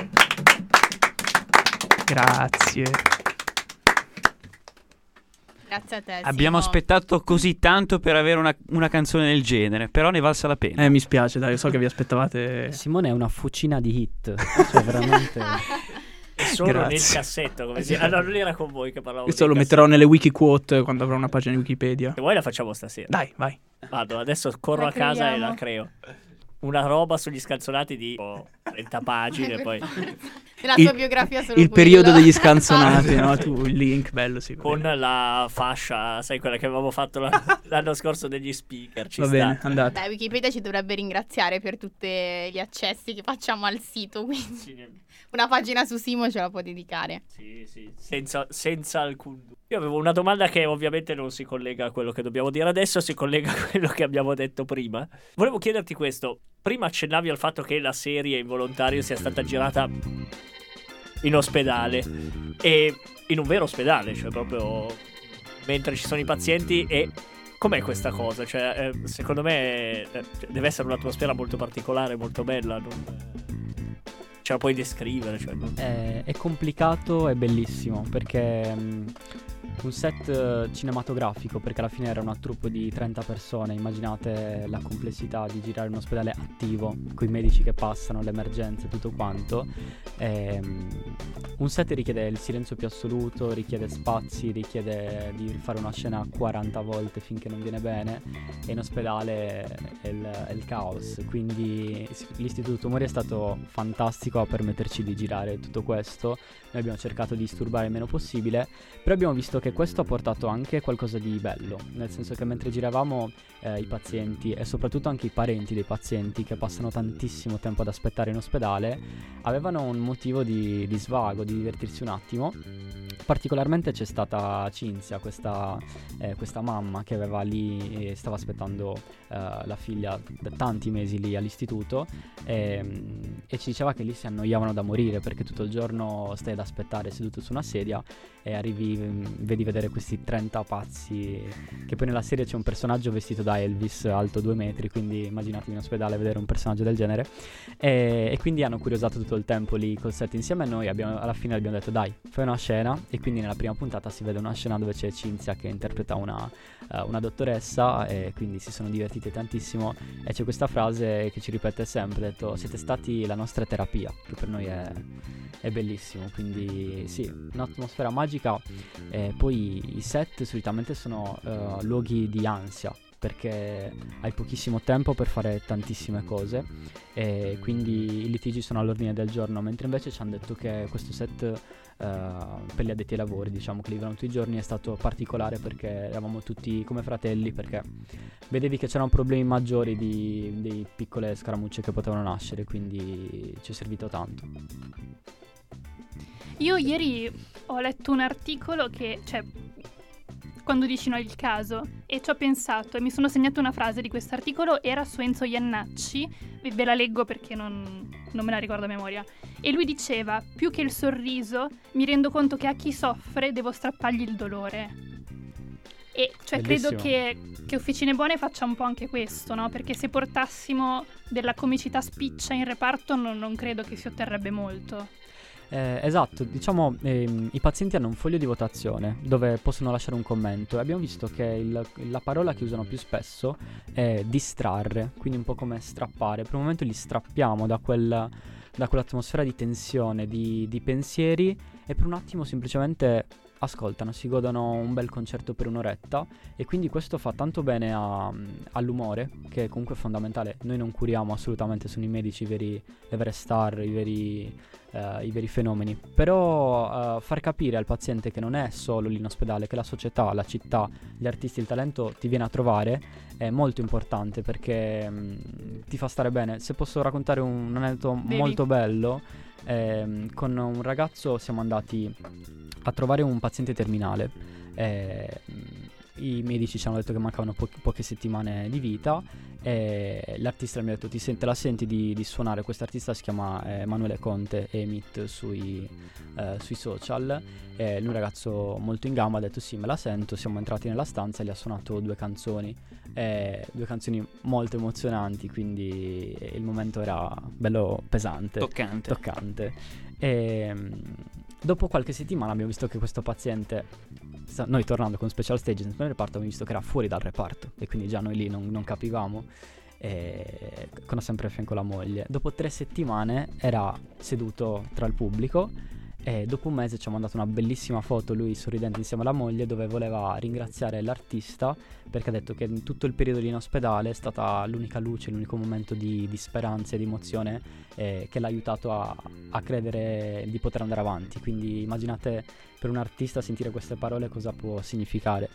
Grazie. Grazie a te. Abbiamo Simo. aspettato così tanto per avere una canzone del genere, però ne valsa la pena. Mi spiace, dai, so che vi aspettavate. Simone è una fucina di hit. Cioè, veramente. Solo Grazie. nel cassetto, come si... no, non era con voi che parlavo. Questo lo metterò nelle wiki quote quando avrò una pagina di Wikipedia. Se vuoi la facciamo stasera. Dai, vai. Vado, adesso corro La a casa e creiamo. la creo. Una roba sugli scanzonati di 30 pagine, poi Nella Il- tua biografia solo Il quello. periodo degli scanzonati, no? Tu, il link, bello, sì. con la fascia, sai, quella che avevamo fatto l'anno scorso degli speaker. Ci Va sta. bene, andate. Beh, Wikipedia ci dovrebbe ringraziare per tutti gli accessi che facciamo al sito, quindi Sì, una pagina su Simo ce la può dedicare. sì, senza alcun dubbio. Io avevo una domanda che ovviamente non si collega a quello che dobbiamo dire adesso, si collega a quello che abbiamo detto prima. Volevo chiederti questo. Prima accennavi al fatto che la serie Involontario sia stata girata in ospedale, e in un vero ospedale, cioè proprio mentre ci sono i pazienti. E com'è questa cosa? Cioè, secondo me deve essere un'atmosfera molto particolare, molto bella. Ce la puoi descrivere? Cioè, È complicato e bellissimo perché un set cinematografico, perché alla fine era una troupe di 30 persone. Immaginate la complessità di girare in un ospedale attivo, con i medici che passano, le emergenze, tutto quanto. Un set richiede il silenzio più assoluto, richiede spazi, richiede di fare una scena 40 volte finché non viene bene, e in ospedale è il caos. Quindi l'Istituto Mori è stato fantastico a permetterci di girare tutto questo. Noi abbiamo cercato di disturbare il meno possibile, però abbiamo visto che questo ha portato anche qualcosa di bello, nel senso che mentre giravamo i pazienti, e soprattutto anche i parenti dei pazienti che passano tantissimo tempo ad aspettare in ospedale, avevano un motivo di svago, di divertirsi un attimo. Particolarmente c'è stata Cinzia, questa mamma che aveva lì e stava aspettando la figlia da tanti mesi lì all'istituto, e ci diceva che lì si annoiavano da morire perché tutto il giorno stai ad aspettare seduto su una sedia e vedi vedere questi 30 pazzi, che poi nella serie c'è un personaggio vestito da Elvis alto 2 metri, quindi immaginatevi in ospedale vedere un personaggio del genere, e quindi hanno curiosato tutto il tempo lì col set insieme a noi. Alla fine abbiamo detto dai, fai una scena, e quindi nella prima puntata si vede una scena dove c'è Cinzia che interpreta una dottoressa, e quindi si sono divertiti tantissimo, e c'è questa frase che ci ripete sempre, ha detto siete stati la nostra terapia, che per noi è bellissimo. Quindi sì, un'atmosfera magica. Poi i set solitamente sono luoghi di ansia, perché hai pochissimo tempo per fare tantissime cose, e quindi i litigi sono all'ordine del giorno, mentre invece ci hanno detto che questo set per gli addetti ai lavori, diciamo, che li vivono tutti i giorni, è stato particolare perché eravamo tutti come fratelli, perché vedevi che c'erano problemi maggiori di piccole scaramucce che potevano nascere, quindi ci è servito tanto. Io ieri ho letto un articolo che, cioè, quando dici no il caso, e ci ho pensato e mi sono segnato una frase di questo articolo, era su Enzo Iannacci, ve la leggo perché non me la ricordo a memoria, e lui diceva: più che il sorriso mi rendo conto che a chi soffre devo strappargli il dolore. E cioè Bellissimo. credo che Officine Buone faccia un po' anche questo, no? Perché se portassimo della comicità spiccia in reparto non credo che si otterrebbe molto. Esatto, diciamo i pazienti hanno un foglio di votazione dove possono lasciare un commento, e abbiamo visto che la parola che usano più spesso è distrarre, quindi un po' come strappare. Per un momento li strappiamo da quell'atmosfera di tensione, di pensieri, e per un attimo semplicemente ascoltano, si godono un bel concerto per un'oretta, e quindi questo fa tanto bene all'umore, che comunque è fondamentale. Noi non curiamo assolutamente, sono i medici le vere star, i veri fenomeni, però far capire al paziente che non è solo lì in ospedale, che la società, la città, gli artisti, il talento ti viene a trovare, è molto importante, perché ti fa stare bene. Se posso raccontare un aneddoto molto bello, con un ragazzo siamo andati a trovare un paziente terminale, i medici ci hanno detto che mancavano poche settimane di vita, e l'artista mi ha detto te la senti di suonare? Quest'artista si chiama Emanuele Conte, Emit sui social, lui è un ragazzo molto in gamba, ha detto sì, me la sento. Siamo entrati nella stanza e gli ha suonato 2 canzoni molto emozionanti, quindi il momento era bello pesante, toccante. E dopo qualche settimana abbiamo visto che questo paziente noi tornando con Special Stage nel primo reparto abbiamo visto che era fuori dal reparto e quindi già noi lì non capivamo, con sempre a fianco la moglie. Dopo 3 settimane era seduto tra il pubblico e dopo un mese ci ha mandato una bellissima foto, lui sorridente insieme alla moglie, dove voleva ringraziare l'artista perché ha detto che in tutto il periodo lì in ospedale è stata l'unica luce, l'unico momento di speranza e di emozione che l'ha aiutato a credere di poter andare avanti. Quindi immaginate per un artista sentire queste parole cosa può significare.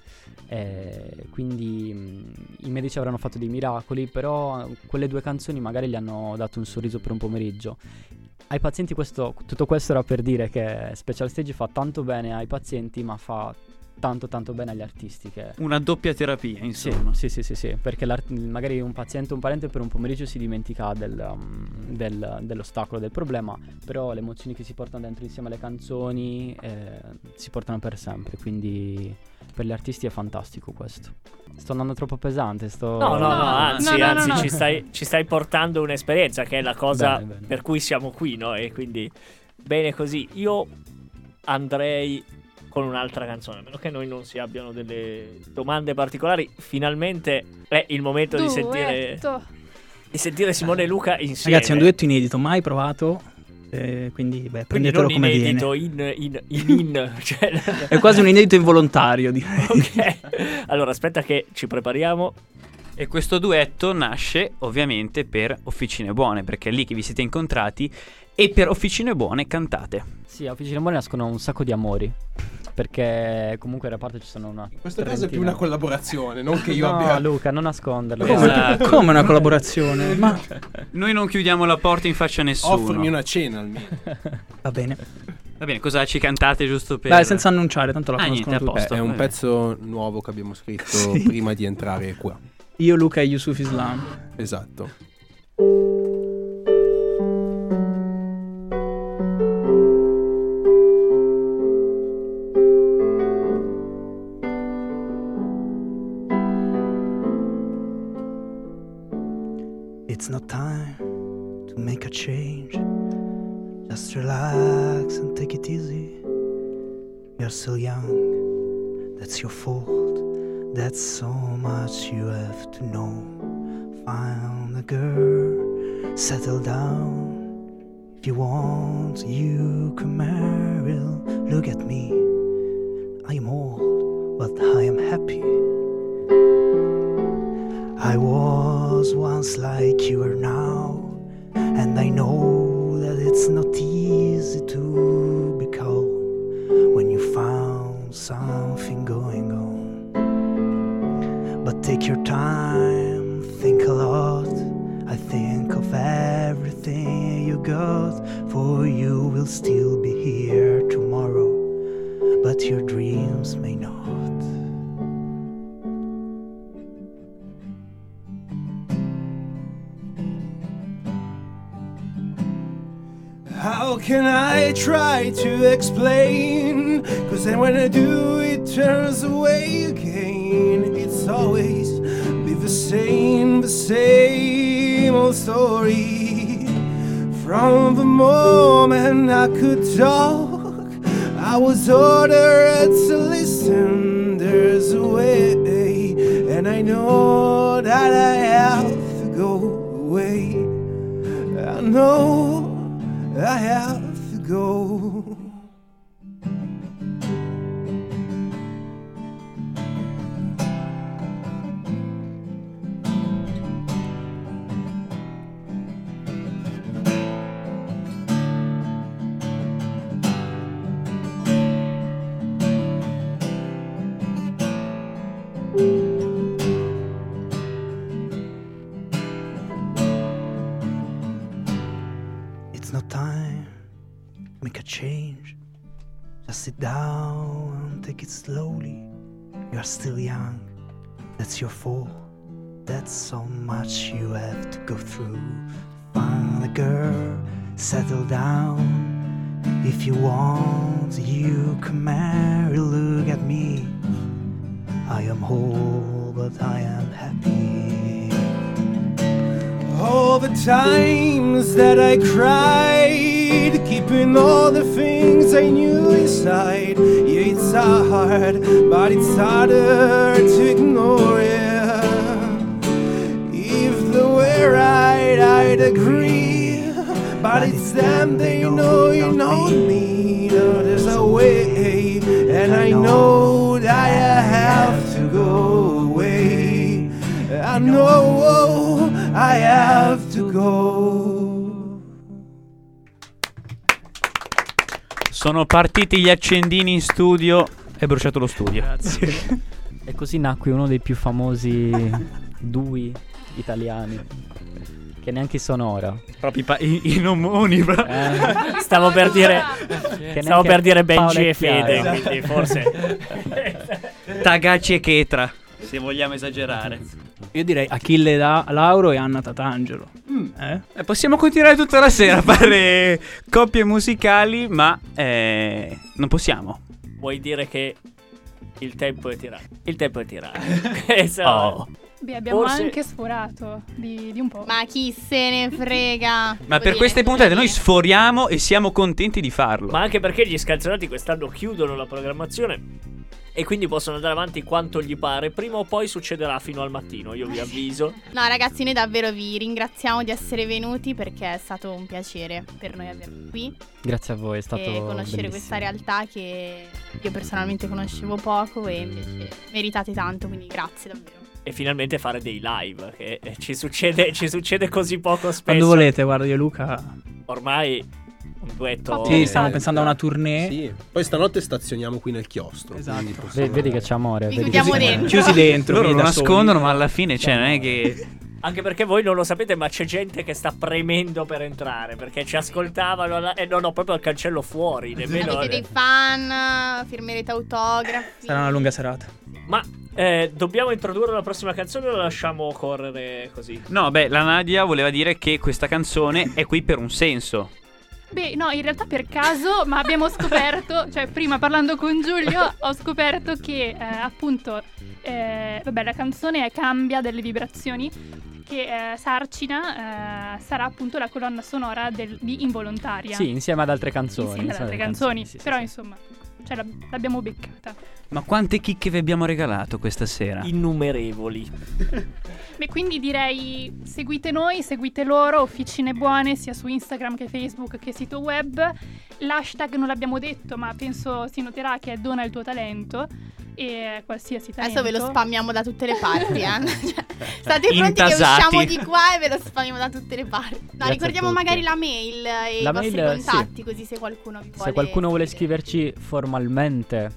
Quindi i medici avranno fatto dei miracoli, però quelle 2 canzoni magari gli hanno dato un sorriso per un pomeriggio. Ai pazienti tutto questo era per dire che Special Stage fa tanto bene ai pazienti, ma fa tanto bene agli artisti. Che una doppia terapia, insomma. Sì, perché magari un paziente o un parente per un pomeriggio si dimentica dell'ostacolo, del problema, però le emozioni che si portano dentro insieme alle canzoni si portano per sempre, quindi per gli artisti è fantastico questo. Sto andando troppo pesante, anzi, No. Ci stai portando un'esperienza che è la cosa bene. per cui siamo qui, no? E quindi bene così. Io andrei con un'altra canzone, a meno che noi non si abbiano delle domande particolari. Finalmente è il momento di sentire Simone e Luca insieme. Ragazzi, è un duetto inedito, mai provato. Quindi prendetelo non come inedito, viene. cioè... È quasi un inedito involontario, direi. Ok, allora aspetta che ci prepariamo. E questo duetto nasce ovviamente per Officine Buone, perché è lì che vi siete incontrati e per Officine Buone cantate. Sì, a Officine Buone nascono un sacco di amori, perché comunque in reparto ci sono una In questo caso è più una collaborazione, non che io abbia... No, Luca, non nasconderlo. Esatto. Come una collaborazione? Ma Noi non chiudiamo la porta in faccia a nessuno. Offrimi una cena almeno. va bene. Va bene, cosa ci cantate giusto per... Dai, senza annunciare, tanto la conoscono niente, a tutti. posto. È un pezzo nuovo che abbiamo scritto Sì. prima di entrare qua. Io, Luca e Yusuf Islam. Esatto. It's not time to make a change. Just relax and take it easy. You're still young, that's your fault. That's so much you have to know. Find a girl, settle down. If you want, you can marry. Look at me, I am old, but I am happy. I was once like you are now, and I know that it's not easy to be calm when you found something going on. But take your time, think a lot. I think of everything you got, for you will still be here tomorrow, but your dreams may not. How can I try to explain? 'Cause then when I do, it turns away again. It's always be the same old story. From the moment I could talk, I was ordered to listen. There's a way, and I know that I have to go away. I know I have to go. It's not time to make a change. Just sit down and take it slowly. You are still young, that's your fault. That's so much you have to go through. Find a girl, settle down. If you want, you can marry. Look at me, I am whole, but I am happy. All the times that I cried, keeping all the things I knew inside. Yeah, it's hard, but it's harder to ignore it. If they were right, I'd agree, but it's them, they know you know me. No, there's a way, and I know that I have to go away. I know I have to go. Sono partiti gli accendini in studio. È bruciato lo studio. Grazie. E così nacque uno dei più famosi dui italiani, che neanche sonora. Proprio i nomoni. Stavo per dire Benji e Fede, Chiara. quindi forse Tagaci e Chetra, se vogliamo esagerare. Io direi Achille Lauro e Anna Tatangelo. Possiamo continuare tutta la sera a fare coppie musicali, ma non possiamo. vuoi dire che il tempo è tirare. Il tempo è tirare. Oh. Beh, abbiamo Forse- anche sforato di un po'. Ma chi se ne frega? Ma per queste puntate noi sforiamo e siamo contenti di farlo. Ma anche perché gli Scanzonati quest'anno chiudono la programmazione e quindi possono andare avanti quanto gli pare. Prima o poi succederà fino al mattino, io vi avviso. No, ragazzi, noi davvero vi ringraziamo di essere venuti, perché è stato un piacere per noi avervi qui Grazie a voi, è stato e conoscere bellissimo. questa realtà che io personalmente conoscevo poco e invece meritate tanto, quindi grazie davvero. E finalmente fare dei live, che ci succede così poco spesso. Quando volete, guarda, io e Luca. Ormai un duetto. Sì, stiamo pensando a una tournée. Sì. Poi stanotte stazioniamo qui nel chiostro. Esatto. quindi possiamo- Vedi che c'è amore. Vi vedi chiudiamo che c'è amore. dentro. Chiusi dentro. Loro lo quindi da soli. nascondono, ma alla fine cioè, non è che... Anche perché voi non lo sapete, ma c'è gente che sta premendo per entrare, perché ci ascoltavano e non ho proprio il cancello fuori, nemmeno. Avete dei fan, firmerete autografi. Sarà una lunga serata. Ma dobbiamo introdurre la prossima canzone o la lasciamo correre così? No, beh, la Nadia voleva dire che questa canzone è qui per un senso. Beh, no, in realtà per caso, ma abbiamo scoperto, cioè prima parlando con Giulio, ho scoperto che appunto, vabbè, la canzone cambia delle vibrazioni, che Sarcina sarà appunto la colonna sonora di Involontaria. Sì, insieme ad altre canzoni. Insieme ad altre alle canzoni, sì, però sì. insomma, cioè l'abbiamo beccata. Ma quante chicche vi abbiamo regalato questa sera? Innumerevoli. Beh, quindi direi seguite noi, seguite loro, Officine Buone, sia su Instagram che Facebook che sito web. L'hashtag non l'abbiamo detto, ma penso si noterà che è Dona il tuo talento. E qualsiasi talento. Adesso ve lo spammiamo da tutte le parti, Cioè, state pronti Intasati. che usciamo di qua e ve lo spammiamo da tutte le parti. No, Grazie ricordiamo a tutti. magari la mail e La i vostri mail, contatti, così se qualcuno vi vuole. Se qualcuno vuole scriverci formalmente,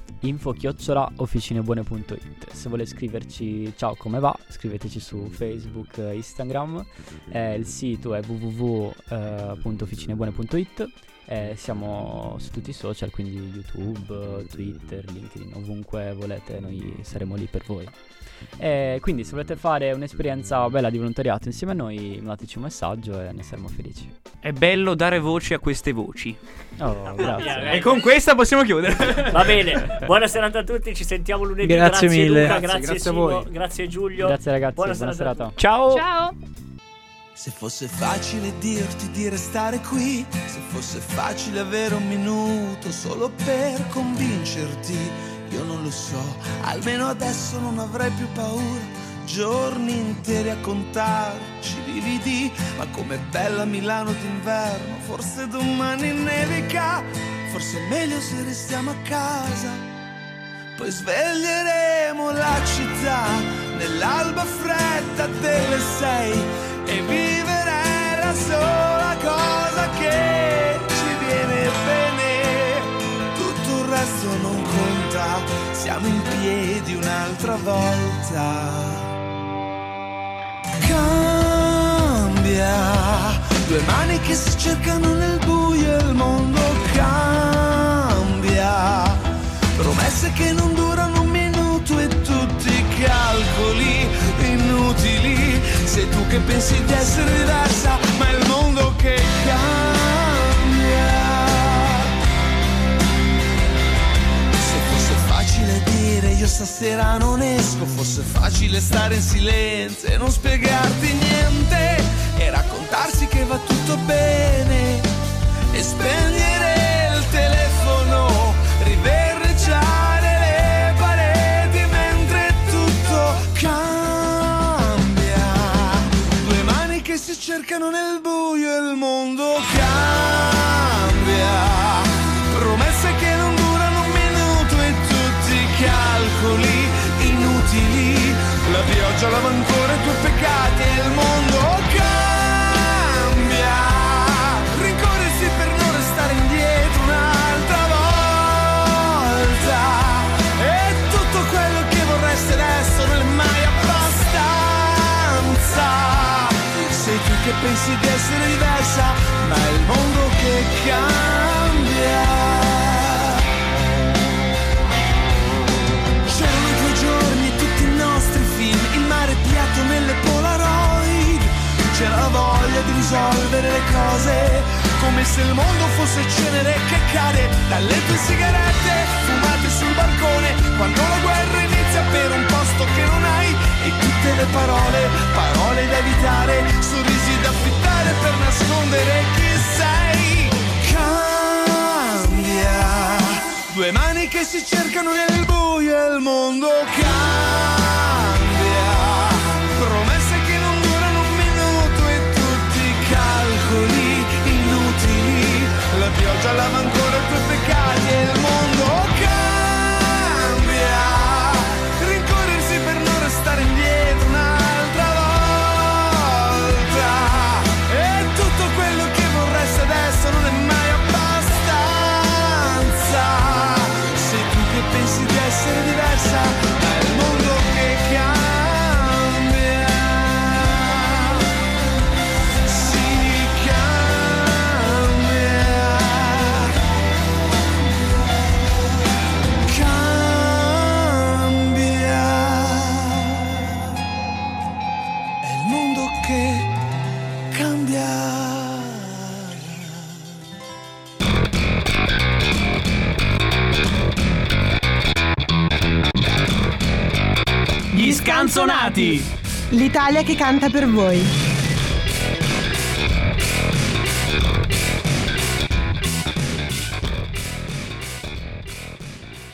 info@officinebuone.it. Se vuole scriverci ciao come va, scriveteci su Facebook, Instagram. Il sito è www.officinebuone.it. Siamo su tutti i social, quindi YouTube, Twitter, LinkedIn, ovunque volete, noi saremo lì per voi. Quindi se volete fare un'esperienza bella di volontariato insieme a noi, mandateci un messaggio e ne saremo felici. È bello dare voce a queste voci. Oh, grazie. E con questa possiamo chiudere. Va bene, buona serata a tutti, ci sentiamo lunedì. Grazie mille. Luca, Grazie grazie a Simo, voi. grazie Giulio. Grazie ragazzi, Buona buona serata. serata. Ciao. Ciao! Se fosse facile dirti di restare qui, se fosse facile avere un minuto solo per convincerti, io non lo so, almeno adesso non avrei più paura, giorni interi a contarci lividi, ma com'è bella Milano d'inverno, forse domani nevica, forse è meglio se restiamo a casa, poi sveglieremo la città nell'alba fredda delle 6 e vivere la sola cosa che ci viene bene, tutto il resto non conta, siamo in piedi un'altra volta. Cambia, due mani che si cercano nel buio, il mondo cambia, promesse che non durano un minuto e tutti i calcoli inutili, sei tu che pensi di essere diversa, ma è il mondo che cambia. Se fosse facile dire io stasera non esco, fosse facile stare in silenzio e non spiegarti niente, era aspettarsi che va tutto bene e spegnere il telefono, rivereggiare le pareti mentre tutto cambia. Due mani che si cercano nel buio e il mondo cambia. Promesse che non durano un minuto e tutti i calcoli inutili. La pioggia lava ancora i tuoi peccati e il mondo cambia. Rincorrersi per non restare indietro un'altra volta. E tutto quello che vorresti adesso non è mai abbastanza. Sei tu che pensi di essere diversa, ma è il mondo che cambia. C'erano i tuoi giorni e tutti i nostri film, il mare piatto nelle Polaroid. C'era la voglia di risolvere le cose, come se il mondo fosse cenere che cade dalle tue sigarette fumate sul balcone. Quando la guerra inizia per un posto che non hai, e tutte le parole da evitare, sorrisi da affittare per nascondere chi sei. Cambia. Due mani che si cercano nel buio e il mondo cambia. Promesse che non durano un minuto e tutti i calcoli inutili. La pioggia lava ancora i tuoi peccati e il mondo cambia. Rincorrersi per non restare indietro un'altra volta. E tutto quello che vorresti adesso non è mai abbastanza. Sei tu che pensi di essere diversa, ma è il mondo che cambia. Si cambia. Cambia. È il mondo che cambia. Gli scanzonati. L'Italia che canta per voi.